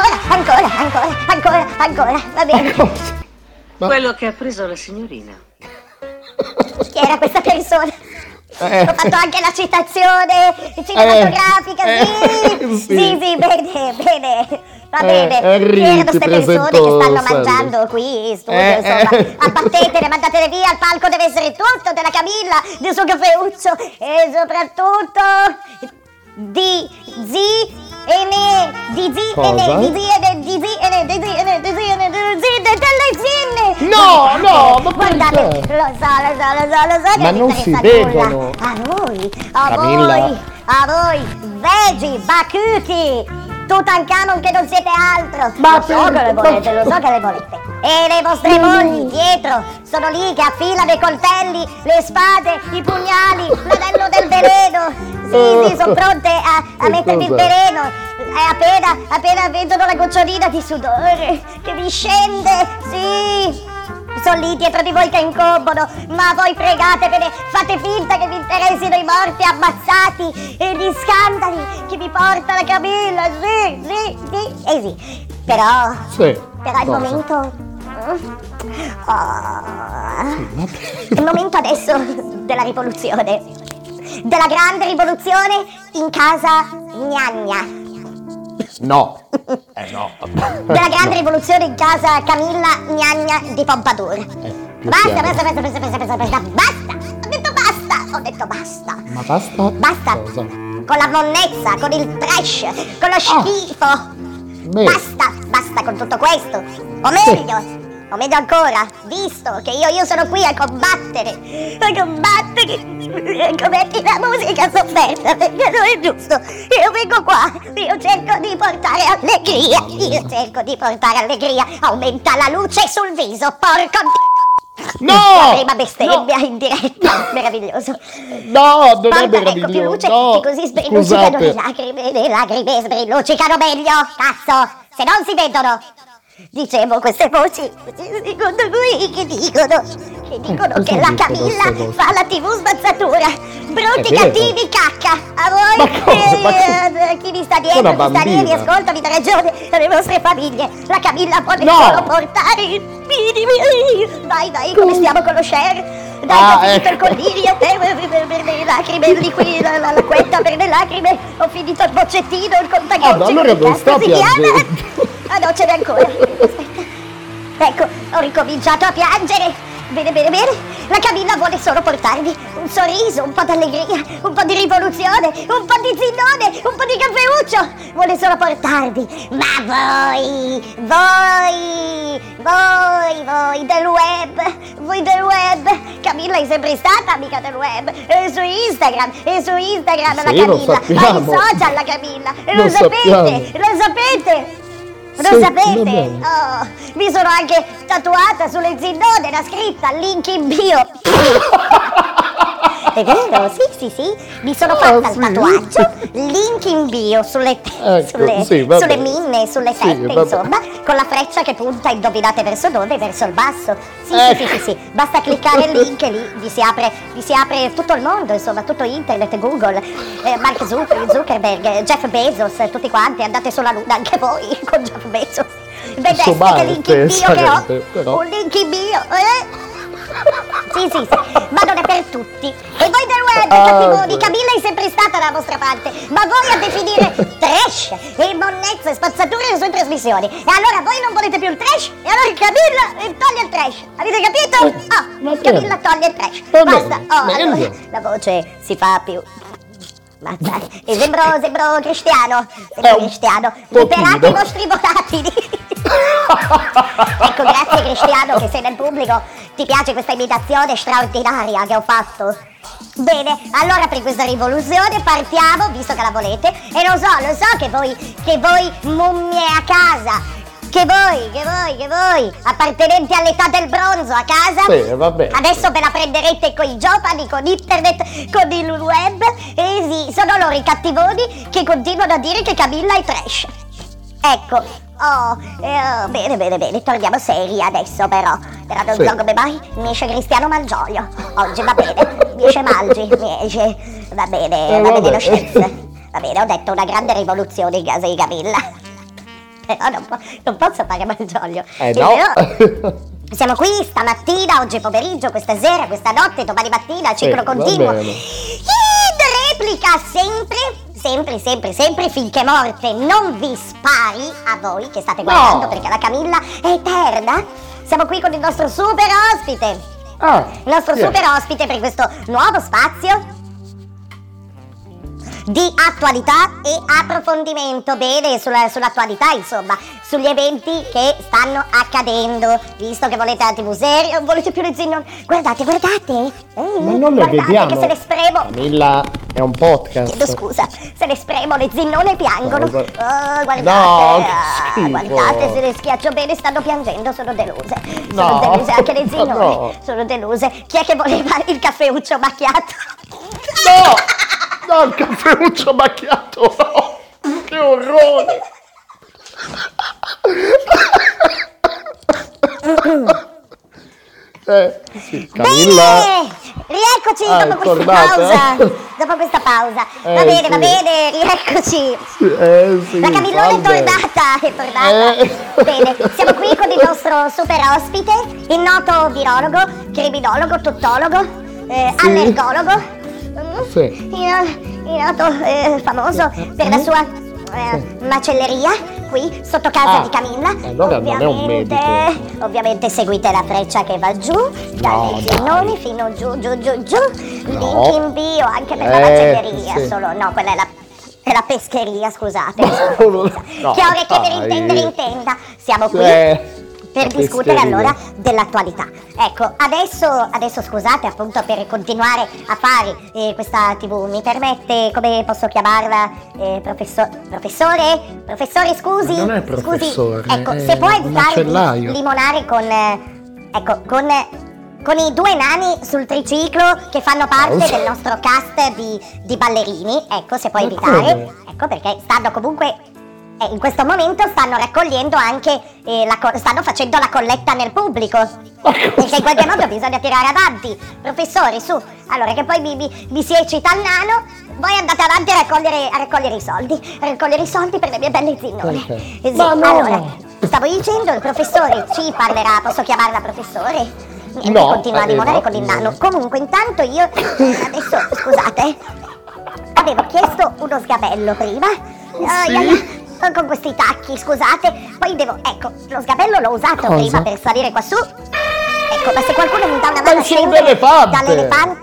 ancora, va bene. Quello che ha preso la signorina. Chi era questa persona? Ho fatto anche la citazione cinematografica, sì, bene. Va bene, erano queste persone che stanno mangiando qui in studio, insomma. Abbattetele, mandatele via, il palco deve essere tutto della Camilla, del suo caffeuccio e soprattutto di delle zinne. No, ma guardate, lo so ma che non si vedono. A voi, vegi, bacuti, Tutankhamon che non siete altro. Lo so che le volete. E le vostre mogli dietro sono lì che affilano i coltelli, le spade, i pugnali, l'anello del veleno. Sì, sono pronte a mettervi il veleno. Appena vedono la gocciolina di sudore che vi scende, sì. Sono lì dietro di voi che incombono, ma voi fregatevene, fate finta che vi interessino i morti ammazzati e gli scandali che vi porta la Camilla, sì. Però il momento... il momento adesso della rivoluzione, della grande rivoluzione in casa gnagna. No. Della grande rivoluzione in casa Camilla gnagna di Pompadour. Basta. Ho detto basta. Ma basta? Basta. Cosa? Con la monnezza, con il trash, con lo schifo. Basta con tutto questo. O meglio, o meglio ancora, visto che io sono qui a combattere, metti la musica sofferta, perché non è giusto. Io vengo qua, io cerco di portare allegria, aumenta la luce sul viso, porco No! La prima bestemmia in diretta, meraviglioso. No, non è Porta, meraviglioso. ecco, più luce, No, che così sbrilluccicano scusate. le lacrime sbrilluccicano meglio, cazzo, se non si vedono. Dicevo, queste voci, secondo voi, che dicono cosa che la dicono Camilla queste voci? fa la TV spazzatura, brutti, È vero. cattivi, cacca. A voi, Ma cosa? chi vi sta dietro, Una chi sta lì, bambina. vi ascolta, vi dà ragione, alle vostre famiglie. La Camilla vuole No. solo portare il Vai, come stiamo con lo share? Dai, ho finito il collirio per le lacrime di qui, la quetta per le lacrime, ho finito il boccettino, il contagocce. ma allora non sta piangendo. Ah no, ce n'è ancora. Aspetta. Ecco, ho ricominciato a piangere. Bene. La Camilla vuole solo portarvi un sorriso, un po' d'allegria, un po' di rivoluzione, un po' di zinnone, un po' di caffeuccio. Vuole solo portarvi. Ma voi del web. Camilla è sempre stata amica del web. È su Instagram la Sì, Camilla. lo Ha sappiamo. i social la Camilla. E Lo lo sapete. Lo Sì, sapete? va bene. Oh, mi sono anche tatuata sulle zinnone la scritta link in bio. È vero, sì. Mi sono fatta il tatuaggio, link in bio sulle sì, va sulle bene. minne, sulle Sì, tette, va insomma, con la freccia che punta, indovinate verso dove? Verso il basso. Sì. Basta cliccare il link e lì vi si apre tutto il mondo, insomma, tutto internet, Google, Mark Zuckerberg, Jeff Bezos, tutti quanti, andate sulla luna anche voi con Jeff Bezos. Vedete Su che link in bio che sarebbe, ho? però. Un link in bio, Sì, ma non è per tutti. E voi del web, cattivoni, Camilla è sempre stata dalla vostra parte, ma voi a definire trash e monnezza e spazzatura le sue trasmissioni. E allora voi non volete più il trash? E allora Camilla toglie il trash. Avete capito? Camilla toglie il trash. Basta. Allora, la voce si fa più... Ma dai, e sembro cristiano. Liberate i vostri volatili. Ecco, grazie Cristiano che sei nel pubblico. Ti piace questa imitazione straordinaria che ho fatto? Bene, allora per questa rivoluzione partiamo, visto che la volete. E lo so che voi mummie a casa, che voi appartenenti all'età del bronzo a casa, Sì, vabbè. adesso ve la prenderete con i giovani, con internet, con il web. E sì, sono loro i cattivoni che continuano a dire che Camilla è trash. Ecco. Bene, torniamo seri adesso però non so come mai mi esce Cristiano Malgioglio. Oggi va bene, mi esce Malgi, va bene lo chef. Va bene, ho detto una grande rivoluzione in casa di Camilla. Però non posso fare Malgioglio. No. Siamo qui stamattina, oggi pomeriggio, questa sera, questa notte, domani mattina, ciclo continuo. bene. In replica sempre, finché morte non vi spari a voi che state guardando, perché la Camilla è eterna. Siamo qui con il nostro super ospite. Il nostro super ospite per questo nuovo spazio di attualità e approfondimento. Bene, sull'attualità, insomma, sugli eventi che stanno accadendo. Visto che volete la TV serie, non volete più le zinnone. Guardate. Ma non le vediamo. Che se le spremo. Camilla, è un podcast. Chiedo scusa, se le spremo le zinnone piangono. No, Guardate, no, che schifo. guardate, se le schiaccio bene stanno piangendo, sono deluse. No, Sono deluse anche le zinnone. no. Sono deluse. Chi è che voleva il caffeuccio macchiato? No, il caffeuccio macchiato, no! Che orrore! Sì, Camilla. Bene! Rieccoci dopo questa tornata? pausa. Dopo questa pausa. Va bene, rieccoci. Sì, La Camillona è salve. tornata. Bene, siamo qui con il nostro super ospite, il noto virologo, criminologo, tuttologo, allergologo. Sì. Il noto famoso per la sua macelleria qui sotto casa di Camilla. Allora non è un medico. Ovviamente seguite la freccia che va giù, dalle zinnoni fino giù. Link in bio anche per la macelleria. sì. Solo no, quella è la pescheria, scusate. No, Che ore che per dai. intendere intenda. Siamo qui per discutere allora dell'attualità. Ecco, adesso scusate appunto per continuare a fare questa TV, mi permette, come posso chiamarla, professore? Professore, scusi? Non è professore, scusi, ecco, se può evitare macellaio. di limonare con i due nani sul triciclo che fanno parte del nostro cast di ballerini, ecco, se può evitare, ecco, perché stanno comunque in questo momento stanno raccogliendo anche stanno facendo la colletta nel pubblico, perché in qualche modo bisogna tirare avanti. Professore, su, allora che poi mi si eccita il nano, voi andate avanti a raccogliere i soldi per le mie belle zinnone. Sì, allora, stavo dicendo, il professore ci parlerà, posso chiamarla professore? No, continua a limonare con il nano. Comunque intanto io adesso, scusate, avevo chiesto uno sgabello prima. Con questi tacchi, scusate. Poi ecco, lo sgabello l'ho usato prima per salire qua su. Ecco, ma se qualcuno mi dà una mano a scendere dall'elefante.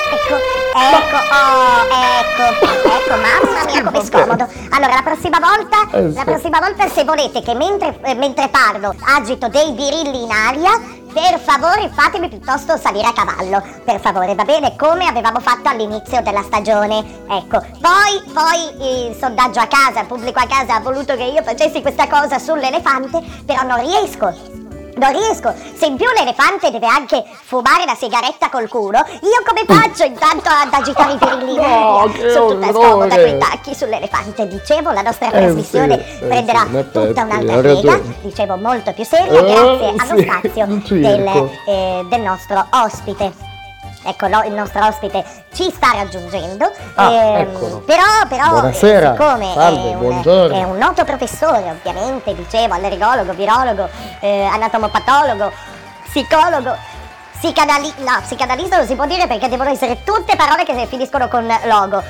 Ecco, mamma mia come scomodo. Allora la prossima volta se volete che mentre parlo agito dei birilli in aria, per favore fatemi piuttosto salire a cavallo, per favore, va bene? Come avevamo fatto all'inizio della stagione. Ecco, poi il sondaggio a casa, il pubblico a casa ha voluto che io facessi questa cosa sull'elefante, però non riesco. Se in più l'elefante deve anche fumare la sigaretta col culo, io come faccio intanto ad agitare i birilli? Sono tutta scomoda quei tacchi sull'elefante. Dicevo, la nostra trasmissione prenderà tutta un'altra piega, dicevo molto più seria, grazie allo spazio del nostro ospite. Ecco, il nostro ospite ci sta raggiungendo, però buonasera, siccome buongiorno. È un noto professore, ovviamente, dicevo, allergologo, virologo, anatomopatologo, psicologo, psicanalista non si può dire perché devono essere tutte parole che finiscono con logo.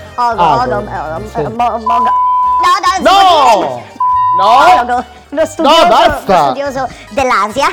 Lo studioso dell'Asia.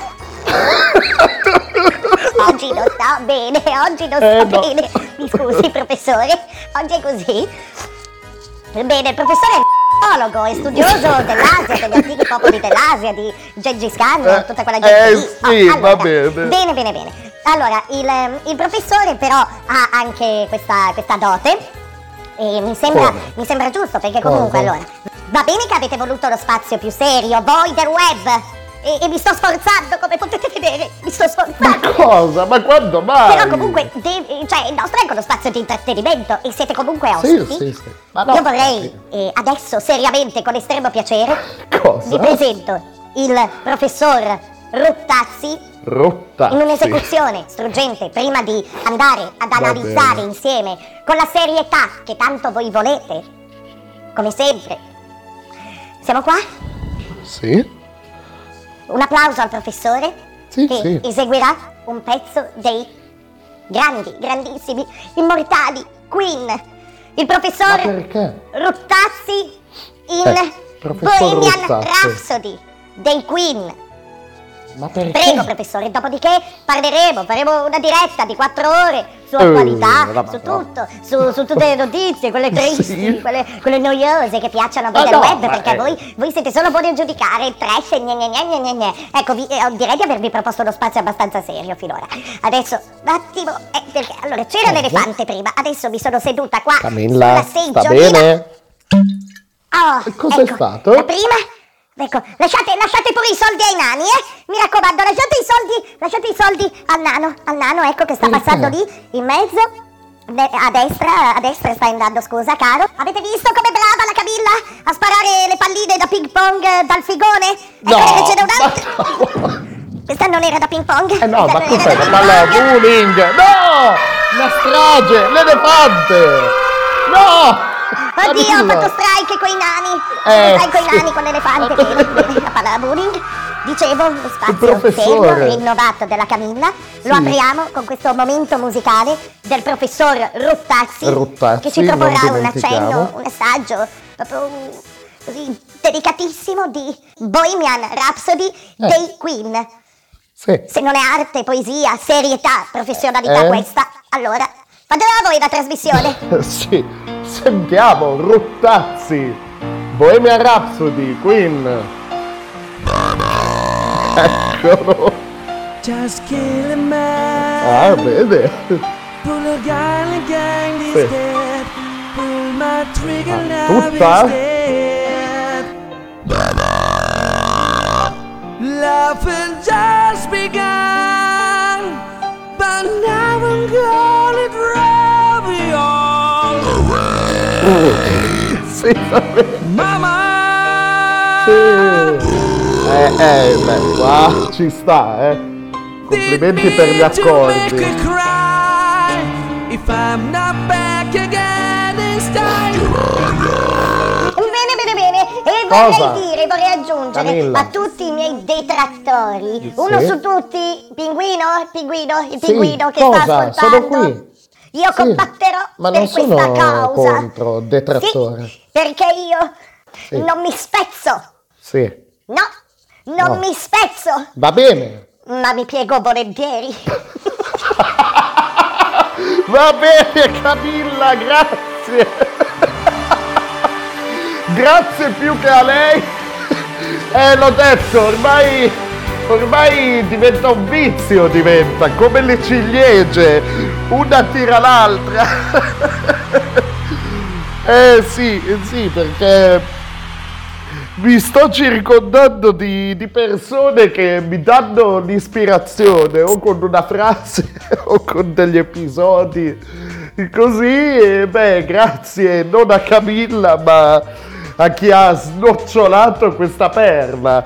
Oggi non sta bene, bene. Mi scusi professore, oggi è così. Bene, il professore è studioso dell'Asia, degli antichi popoli dell'Asia, di Gengis Khan, tutta quella gente lì. Sì, allora, va bene. Bene. Allora, il professore però ha anche questa dote e mi sembra giusto, perché comunque allora va bene che avete voluto lo spazio più serio, voi del web. E mi sto sforzando, come potete vedere, mi sto sforzando. Ma cosa? Ma quando mai? Però comunque, il nostro è uno spazio di intrattenimento e siete comunque ospiti. Sì. Ma no, io vorrei adesso, seriamente, con estremo piacere, vi presento il professor Ruttazzi. In un'esecuzione struggente, prima di andare ad analizzare insieme, con la serietà che tanto voi volete, come sempre. Siamo qua? Sì. Un applauso al professore che eseguirà un pezzo dei grandissimi, immortali Queen. Il professor Ruttazzi in Bohemian Rhapsody dei Queen. Ma perché? Prego professore, dopodiché faremo una diretta di 4 ore su attualità, su tutto, su tutte le notizie, quelle tristi, quelle noiose che piacciono a voi del web, perché voi siete solo buoni a giudicare, trash, Ecco, direi di avervi proposto uno spazio abbastanza serio finora. Adesso, un attimo, perché allora c'era l'elefante prima, adesso mi sono seduta qua Camilla, sulla seggiolina. sta bene? Cos'è ecco, stato? La prima... Ecco, lasciate pure i soldi ai nani, mi raccomando, lasciate i soldi al nano, ecco che sta passando lì, in mezzo, a destra sta andando, scusa caro. Avete visto come brava la Camilla a sparare le palline da ping pong dal figone? Ecco, ce n'è un'altra. Questa non era da ping pong? No, ma cos'è? La palla bowling! No! La strage! L'elefante! No! Oddio, ho fatto strike coi nani, con l'elefante, bene, la palla da bowling. Dicevo, lo spazio serio, rinnovato della Camilla, lo apriamo con questo momento musicale del professor Ruttazzi, che ci proporrà un accenno, un assaggio, proprio così delicatissimo di Bohemian Rhapsody dei Queen. Sì. Se non è arte, poesia, serietà, professionalità questa, allora fatela voi la trasmissione. Sì. Sentiamo Ruttazzi, Bohemian Rhapsody, Queen. Eccolo. Just kill a man. Ah, vede. Pull a guy and gang is Sì. dead. Pull my trigger now Tutta? is dead. Love had just begun, but now I'm gonna ravioli. Sì, va bene. Mama. Sì. Beh, qua ci sta, Complimenti per gli accordi. If I'm not back again this time. Bene, e Cosa? vorrei aggiungere Camilla. a tutti i miei detrattori, Sì. uno su tutti, il pinguino che cosa? sta ascoltando. Sono qui. Io combatterò Ma per non questa sono causa. contro, detrattore. Sì, perché io Sì. non mi spezzo. Sì. No, non No. mi spezzo, Va bene. ma mi piego volentieri. Va bene, Camilla, grazie. Grazie più che a lei. L'ho detto, ormai diventa un vizio, diventa come le ciliegie, una tira l'altra. Sì, perché mi sto circondando di persone che mi danno l'ispirazione o con una frase o con degli episodi così, e beh, grazie non a Camilla ma a chi ha snocciolato questa perla.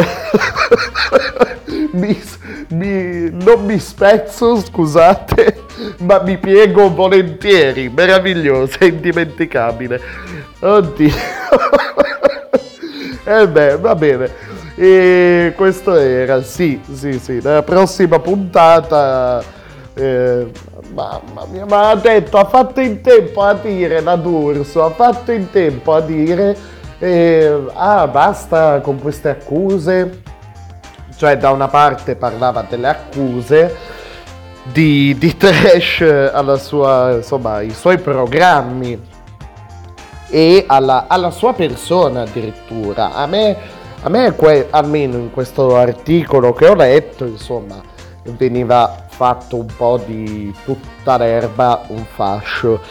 Non mi spezzo, scusate, ma mi piego volentieri. Meraviglioso, indimenticabile. Oddio. Beh, va bene. E questo era, sì, nella prossima puntata, mamma mia, ma ha detto, ha fatto in tempo a dire la D'Urso, ha fatto in tempo a dire, basta con queste accuse, cioè da una parte parlava delle accuse di trash alla sua, insomma, ai suoi programmi e alla sua persona addirittura. A me almeno in questo articolo che ho letto, insomma, veniva fatto un po' di tutta l'erba un fascio.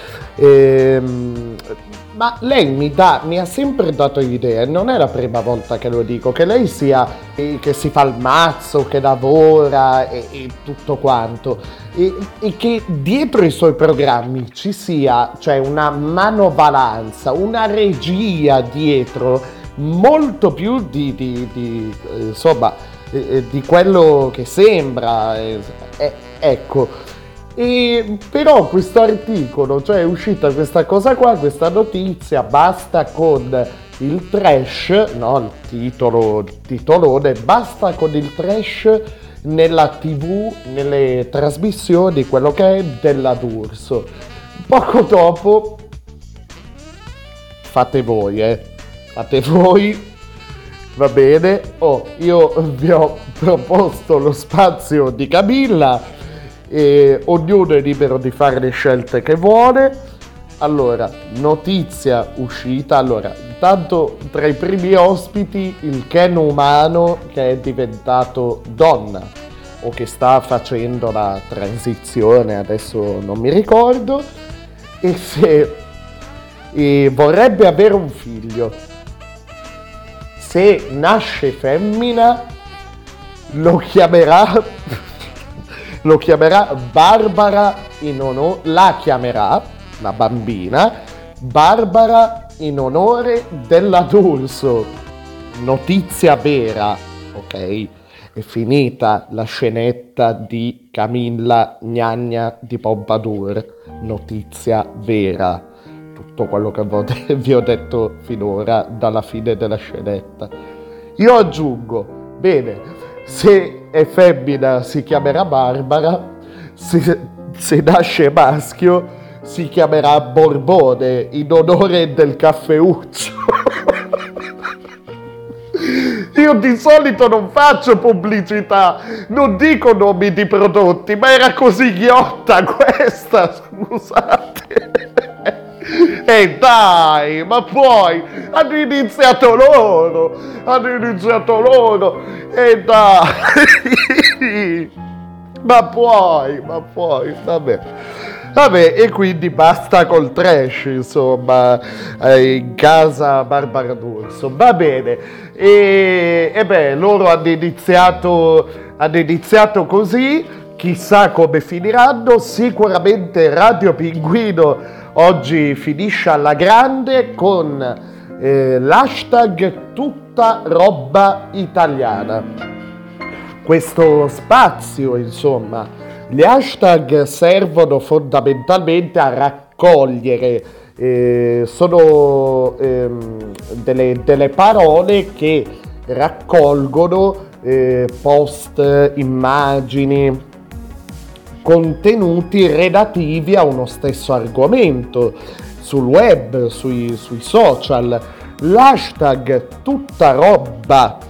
Ma lei mi ha sempre dato l'idea, e non è la prima volta che lo dico, che lei sia che si fa il mazzo, che lavora e tutto quanto, e che dietro i suoi programmi ci sia, cioè, una manovalanza, una regia dietro molto più insomma, di quello che sembra, ecco. E però questo articolo, cioè è uscita questa cosa qua, questa notizia, basta con il trash, no, il titolone, basta con il trash nella TV, nelle trasmissioni, quello che è della D'Urso. Poco dopo fate voi, va bene. Io vi ho proposto lo spazio di Camilla e ognuno è libero di fare le scelte che vuole. Allora, notizia uscita, allora, intanto tra i primi ospiti il Ken umano che è diventato donna o che sta facendo la transizione, adesso non mi ricordo, e vorrebbe avere un figlio. Se nasce femmina lo chiamerà Barbara la chiamerà, la bambina, Barbara in onore della D'Urso. Notizia vera, ok? È finita la scenetta di Camilla Gnagna di Pompadour. Notizia vera. Tutto quello che vi ho detto finora dalla fine della scenetta. Io aggiungo, bene, se è femmina si chiamerà Barbara, se nasce maschio si chiamerà Borbone in onore del caffeuccio. Io di solito non faccio pubblicità, non dico nomi di prodotti, ma era così ghiotta questa, scusate. E dai, ma poi hanno iniziato loro, e dai. ma poi, vabbè, e quindi basta col trash, insomma, in casa Barbara D'Urso, va bene, e beh, loro hanno iniziato così, chissà come finiranno. Sicuramente Radio Pinguino oggi finisce alla grande con l'hashtag tutta roba italiana. Questo spazio, insomma, gli hashtag servono fondamentalmente a raccogliere, sono delle parole che raccolgono post, immagini, contenuti relativi a uno stesso argomento sul web, sui social. L'hashtag tutta roba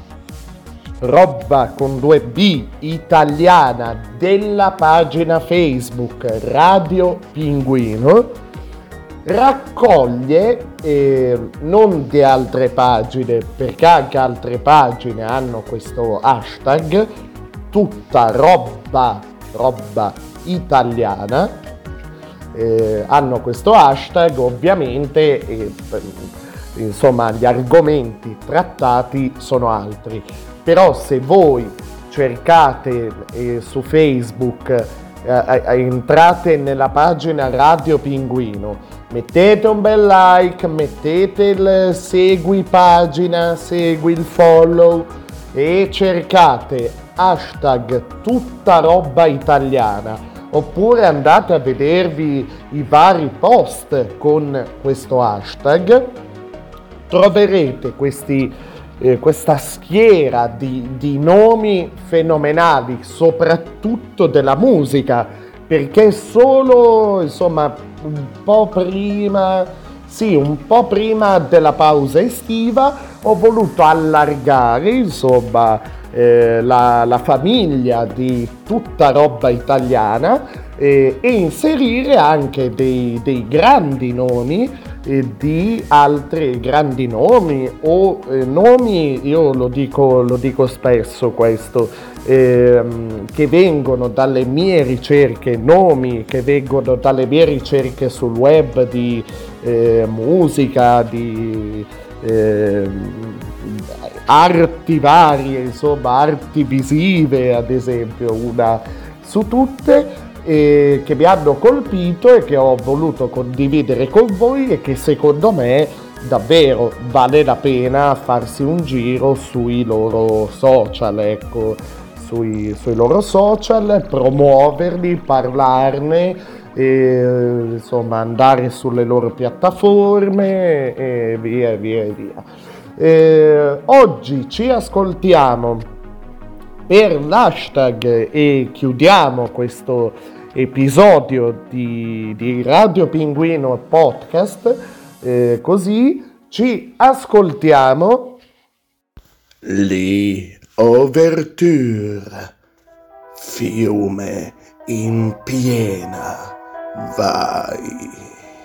con 2B italiana della pagina Facebook Radio Pinguino raccoglie non di altre pagine, perché anche altre pagine hanno questo hashtag tutta roba italiana, hanno questo hashtag ovviamente, insomma gli argomenti trattati sono altri, però se voi cercate su Facebook, entrate nella pagina Radio Pinguino, mettete un bel like, mettete il segui pagina, segui il follow e cercate hashtag tutta roba italiana, oppure andate a vedervi i vari post con questo hashtag, troverete questa schiera di nomi fenomenali, soprattutto della musica, perché solo, insomma, un po' prima della pausa estiva ho voluto allargare, insomma, la famiglia di tutta roba italiana e inserire anche dei grandi nomi, di altri grandi nomi o nomi, io lo dico spesso questo, che vengono dalle mie ricerche, nomi che vengono dalle mie ricerche sul web di musica, di arti varie, insomma, arti visive, ad esempio, una su tutte, che mi hanno colpito e che ho voluto condividere con voi e che secondo me davvero vale la pena farsi un giro sui loro social, ecco, sui loro social, promuoverli, parlarne, insomma andare sulle loro piattaforme e via. Oggi ci ascoltiamo per l'hashtag e chiudiamo questo episodio di Radio Pinguino Podcast, così ci ascoltiamo le Overture, fiume in piena, vai.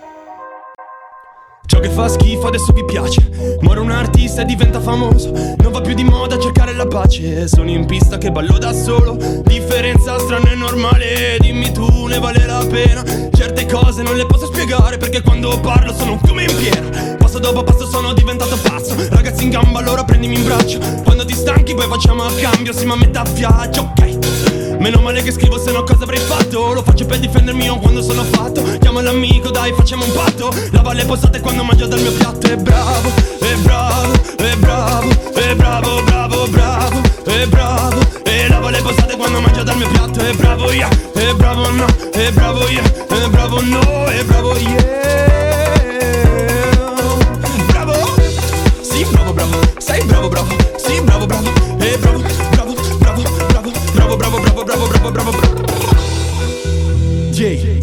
Ciò che fa schifo adesso vi piace. Muore un artista e diventa famoso. Non va più di moda cercare la pace. Sono in pista che ballo da solo. Differenza strana e normale. Dimmi tu, ne vale la pena. Certe cose non le posso spiegare, perché quando parlo sono un fiume in piena. Passo dopo passo sono diventato pazzo. Ragazzi in gamba, allora prendimi in braccio. Quando ti stanchi poi facciamo a cambio. Si ma metà a viaggio, ok. Meno male che scrivo, se no cosa avrei fatto. Lo faccio per difendermi io quando sono fatto. Chiamo l'amico, dai facciamo un patto. Lava le posate quando mangio dal mio piatto. È bravo, è bravo, è bravo, è bravo, bravo, bravo, è bravo. E lava le posate quando mangio dal mio piatto. È bravo, yeah, è bravo no, è bravo yeah, è bravo no, è bravo yeah. Bravo, sì bravo bravo, sei bravo bravo, sì bravo bravo, è bravo bravo bravo bravo bravo bravo bravo bravo bravo bravo bravo. Yeah.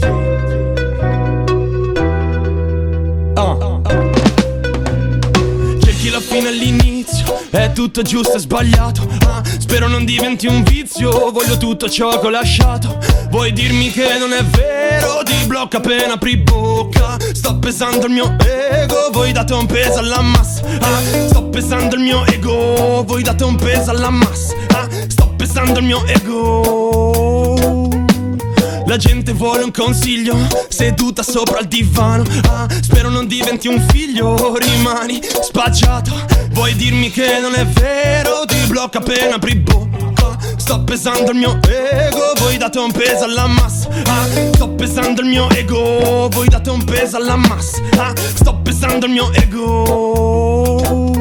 Cerchi la fine all'inizio, è è tutto giusto e sbagliato. Spero non diventi un vizio, voglio tutto ciò che ho lasciato. Vuoi dirmi che non è vero? Ti blocca appena apri bocca. Sto pesando il mio ego, voi date un peso alla massa. Sto pesando il mio ego, voi date un peso alla massa. Sto pesando il mio ego. La gente vuole un consiglio, seduta sopra il divano. Spero non diventi un figlio, rimani spacciato. Vuoi dirmi che non è vero? Ti blocca appena apri bocca. Sto pesando il mio ego, voi date un peso alla massa. Sto pesando il mio ego, voi date un peso alla massa. Sto pesando il mio ego.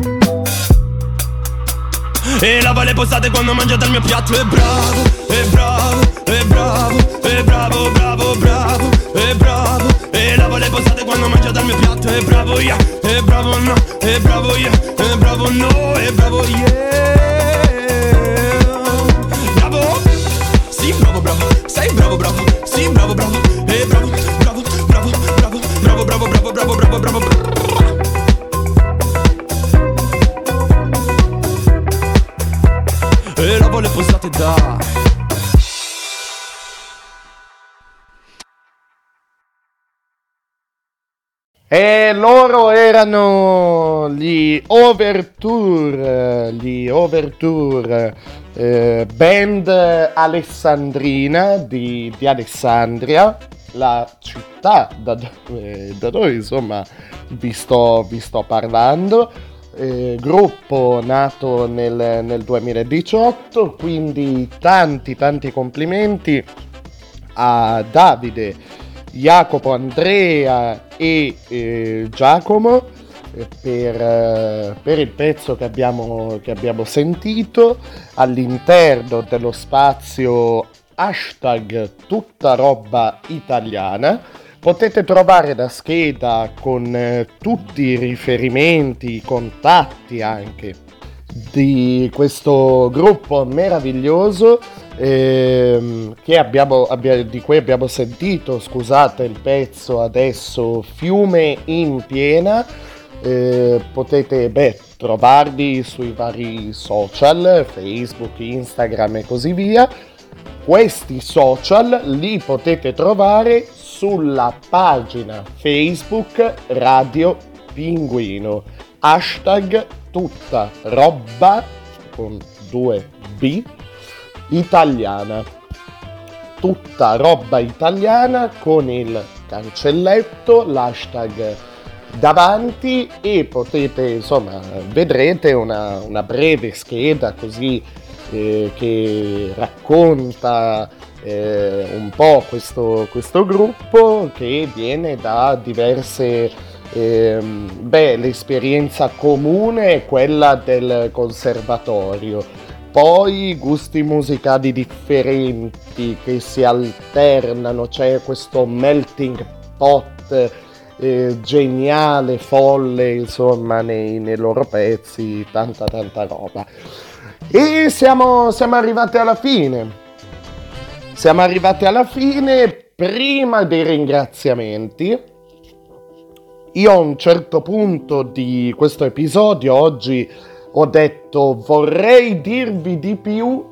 E lava le posate quando mangia dal mio piatto. È bravo, è bravo, è bravo, è bravo, bravo, bravo, è bravo. E lava le posate quando mangia dal mio piatto. È bravo, yeah, è bravo, no, è bravo, yeah, è bravo, no, è bravo, yeah. Bravo, sì, bravo, bravo, sei bravo, bravo, sì, bravo, bravo, è bravo, bravo, bravo, bravo, bravo, bravo, bravo, bravo, bravo, bravo, bravo. E lavo le posate da. E loro erano gli Overture, band alessandrina di Alessandria, la città da dove insomma vi sto parlando. Gruppo nato nel 2018, quindi tanti complimenti a Davide, Jacopo, Andrea e Giacomo per il pezzo che abbiamo sentito all'interno dello spazio hashtag tutta roba italiana. Potete trovare la scheda con tutti i riferimenti, i contatti anche di questo gruppo meraviglioso di cui abbiamo sentito, scusate, il pezzo adesso, Fiume in piena. Potete trovarli sui vari social, Facebook, Instagram e così via. Questi social li potete trovare sulla pagina Facebook Radio Pinguino, hashtag tutta roba con 2B italiana, tutta roba italiana con il cancelletto, l'hashtag davanti, e potete, insomma, vedrete una breve scheda così che racconta un po' questo gruppo, che viene da diverse l'esperienza comune è quella del conservatorio, poi gusti musicali differenti che si alternano, c'è questo melting pot geniale, folle, insomma, nei loro pezzi, tanta roba. E siamo arrivati alla fine. Prima dei ringraziamenti, io a un certo punto di questo episodio oggi ho detto vorrei dirvi di più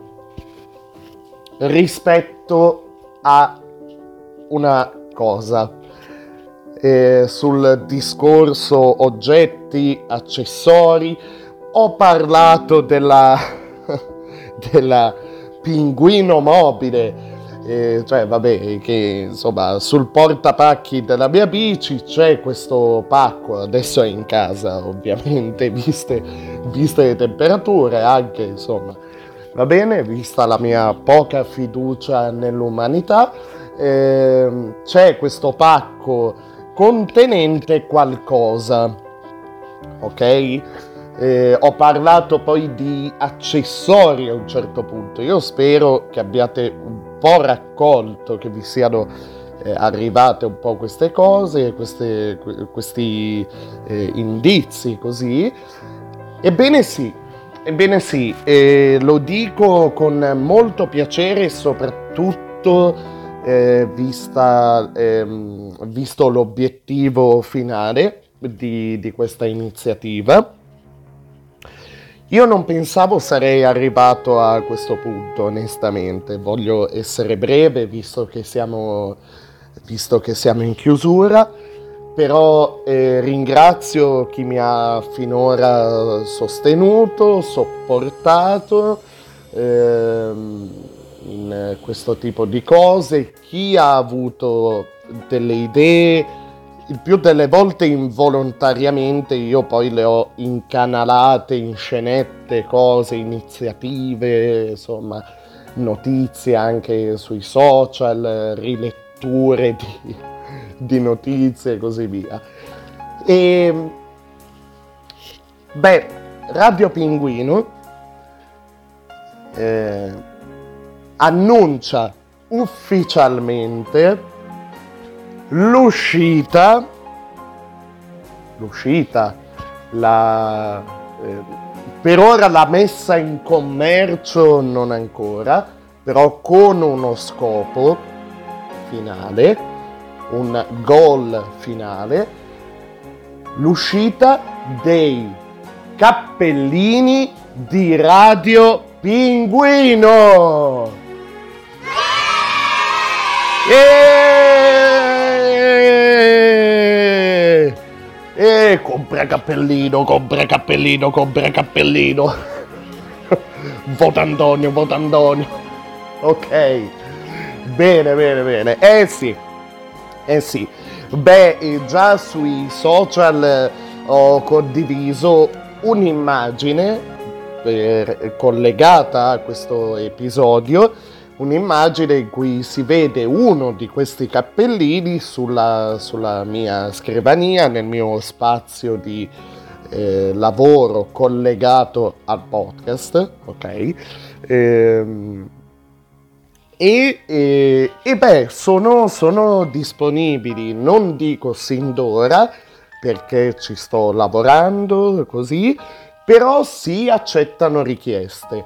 rispetto a una cosa, sul discorso oggetti, accessori. Ho parlato della Pinguino mobile, cioè vabbè, che insomma sul portapacchi della mia bici c'è questo pacco, adesso è in casa ovviamente, viste le temperature anche, insomma, va bene, vista la mia poca fiducia nell'umanità, c'è questo pacco contenente qualcosa, ok? Ho parlato poi di accessori a un certo punto. Io spero che abbiate un po' raccolto, che vi siano arrivate un po' queste cose, questi indizi così. Ebbene sì, lo dico con molto piacere, soprattutto visto l'obiettivo finale di questa iniziativa. Io non pensavo sarei arrivato a questo punto, onestamente. Voglio essere breve, visto che siamo in chiusura, però ringrazio chi mi ha finora sostenuto, sopportato in questo tipo di cose, chi ha avuto delle idee, il più delle volte involontariamente io poi le ho incanalate in scenette, cose, iniziative, insomma, notizie anche sui social, riletture di notizie e così via. E beh, Radio Pinguino annuncia ufficialmente l'uscita, per ora la messa in commercio non ancora, però con uno scopo finale, un goal finale, l'uscita dei cappellini di Radio Pinguino. Compra cappellino. Vota Antonio. Ok. Bene. Sì. Beh, già sui social ho condiviso un'immagine collegata a questo episodio, un'immagine in cui si vede uno di questi cappellini sulla mia scrivania, nel mio spazio di lavoro collegato al podcast, ok? E beh, sono disponibili, non dico sin d'ora, perché ci sto lavorando così, però si accettano richieste.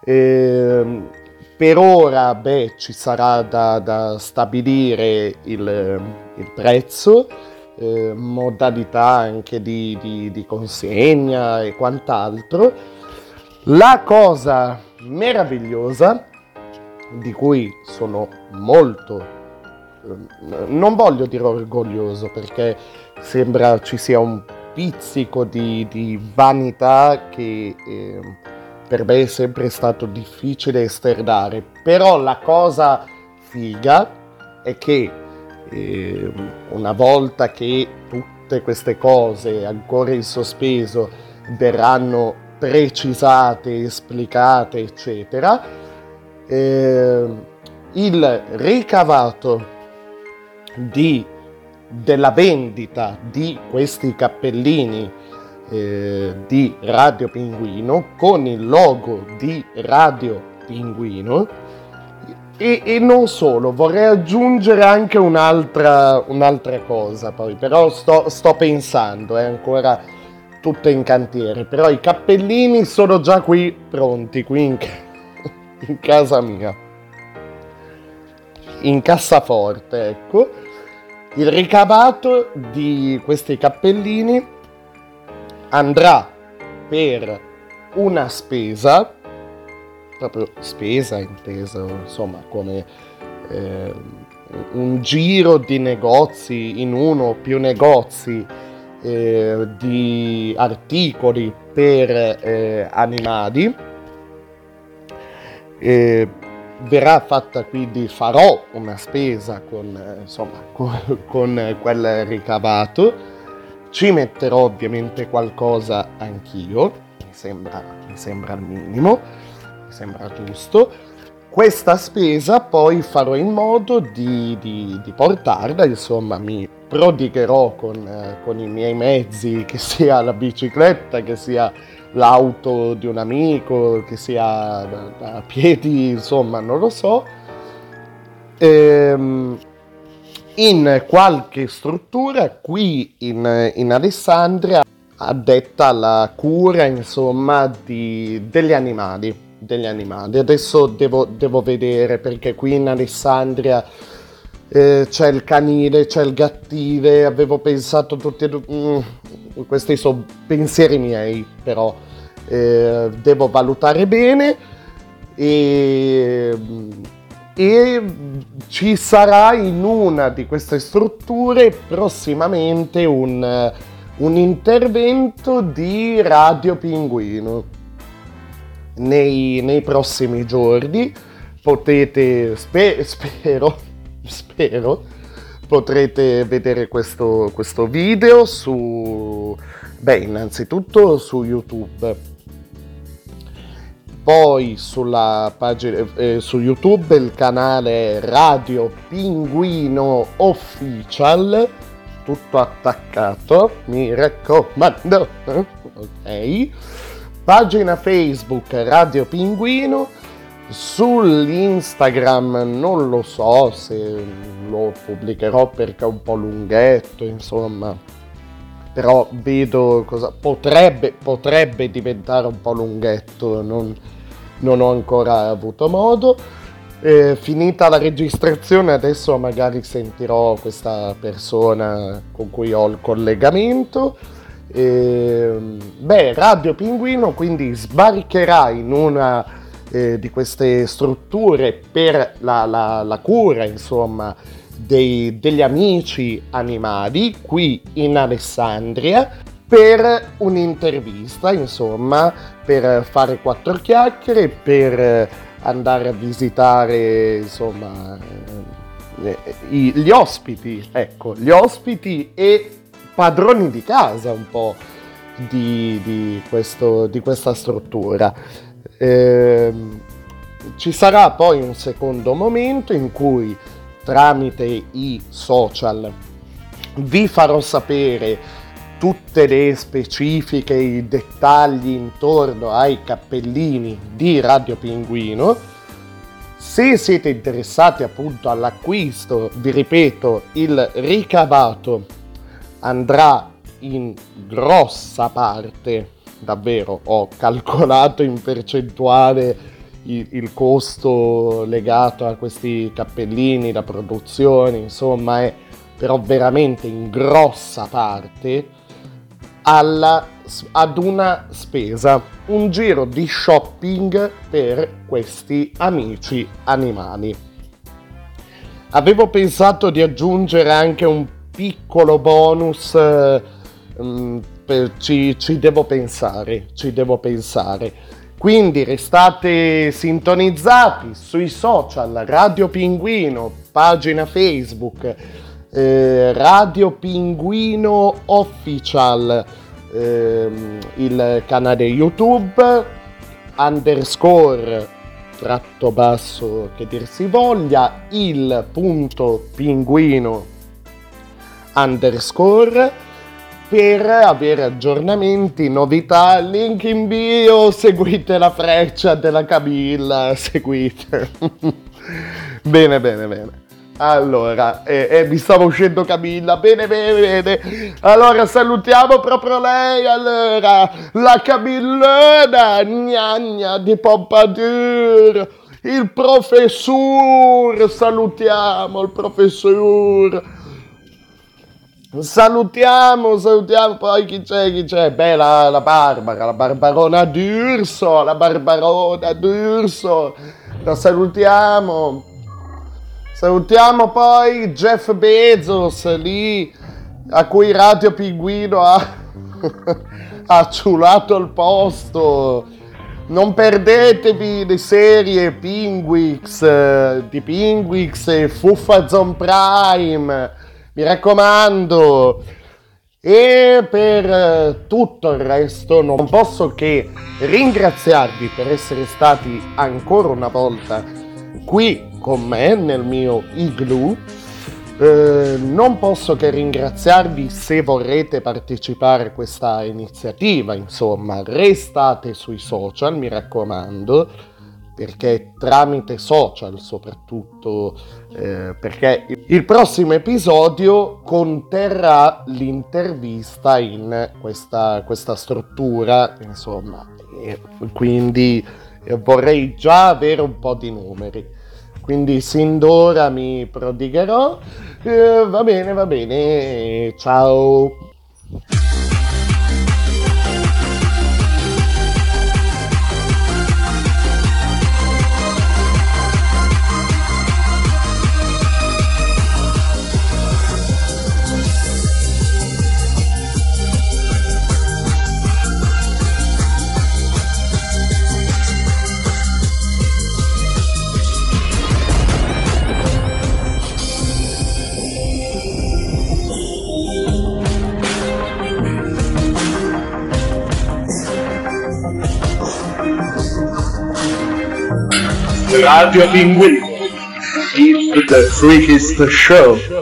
Per ora, beh, ci sarà da stabilire il prezzo, modalità anche di consegna e quant'altro. La cosa meravigliosa, di cui sono molto, non voglio dire orgoglioso, perché sembra ci sia un pizzico di vanità che per me è sempre stato difficile esternare, però la cosa figa è che una volta che tutte queste cose ancora in sospeso verranno precisate, esplicate, eccetera, il ricavato della vendita di questi cappellini di Radio Pinguino con il logo di Radio Pinguino e non solo, vorrei aggiungere anche un'altra cosa poi, però sto pensando, è ancora tutto in cantiere, però i cappellini sono già qui pronti, qui in casa mia, in cassaforte, ecco. Il ricavato di questi cappellini andrà per una spesa, proprio spesa intesa, insomma, come un giro di negozi, in uno o più negozi, di articoli per animali. Verrà fatta, quindi farò una spesa con quel ricavato. Ci metterò ovviamente qualcosa anch'io, mi sembra il minimo, mi sembra giusto. Questa spesa poi farò in modo di portarla, insomma mi prodigherò con i miei mezzi, che sia la bicicletta, che sia l'auto di un amico, che sia a piedi, insomma non lo so, in qualche struttura qui in Alessandria addetta alla cura, insomma, degli animali. Adesso devo vedere, perché qui in Alessandria c'è il canile, c'è il gattile, avevo pensato questi sono pensieri miei, però devo valutare bene e ci sarà in una di queste strutture prossimamente un intervento di Radio Pinguino. Nei prossimi giorni potete, spero, potrete vedere questo video innanzitutto su YouTube, poi sulla pagina su YouTube il canale Radio Pinguino Official, tutto attaccato, mi raccomando, ok? Pagina Facebook Radio Pinguino, sull'Instagram non lo so se lo pubblicherò perché è un po' lunghetto, insomma, però vedo cosa potrebbe diventare un po' lunghetto, non ho ancora avuto modo. Finita la registrazione adesso magari sentirò questa persona con cui ho il collegamento. Radio Pinguino quindi sbarcherà in una di queste strutture per la cura, insomma, degli amici animali qui in Alessandria per un'intervista, insomma, per fare 4 chiacchiere, per andare a visitare, insomma, gli ospiti, ecco, gli ospiti e padroni di casa un po' di questa struttura. Ci sarà poi un secondo momento in cui tramite i social vi farò sapere tutte le specifiche, i dettagli intorno ai cappellini di Radio Pinguino. Se siete interessati appunto all'acquisto, vi ripeto, il ricavato andrà in grossa parte, davvero, ho calcolato in percentuale il costo legato a questi cappellini, la produzione, insomma, è però veramente in grossa parte ad una spesa, un giro di shopping per questi amici animali. Avevo pensato di aggiungere anche un piccolo bonus, ci devo pensare. Quindi restate sintonizzati sui social, Radio Pinguino, pagina Facebook, Radio Pinguino Official, il canale YouTube, _ che dir si voglia, il punto pinguino _ per avere aggiornamenti, novità, link in bio, seguite la freccia della Camilla, seguite. Bene. Allora, mi stava uscendo Camilla, bene. Allora salutiamo proprio lei, allora, la Camillona, gnagna di Pompadour, il professor, salutiamo il professor. Salutiamo, poi chi c'è? Beh, la Barbara, la Barbarona d'Urso, la salutiamo. Salutiamo poi Jeff Bezos, lì, a cui Radio Pinguino ha ciulato il posto. Non perdetevi le serie Pinguix, di Pinguix e Fuffazon Prime. Mi raccomando, e per tutto il resto non posso che ringraziarvi per essere stati ancora una volta qui con me nel mio igloo. Non posso che ringraziarvi se vorrete partecipare a questa iniziativa, insomma, restate sui social, mi raccomando, perché tramite social soprattutto, perché il prossimo episodio conterrà l'intervista in questa struttura, insomma, quindi vorrei già avere un po' di numeri, quindi sin d'ora mi prodigherò. Va bene, ciao. Radio Pinguino. It's the freakiest show.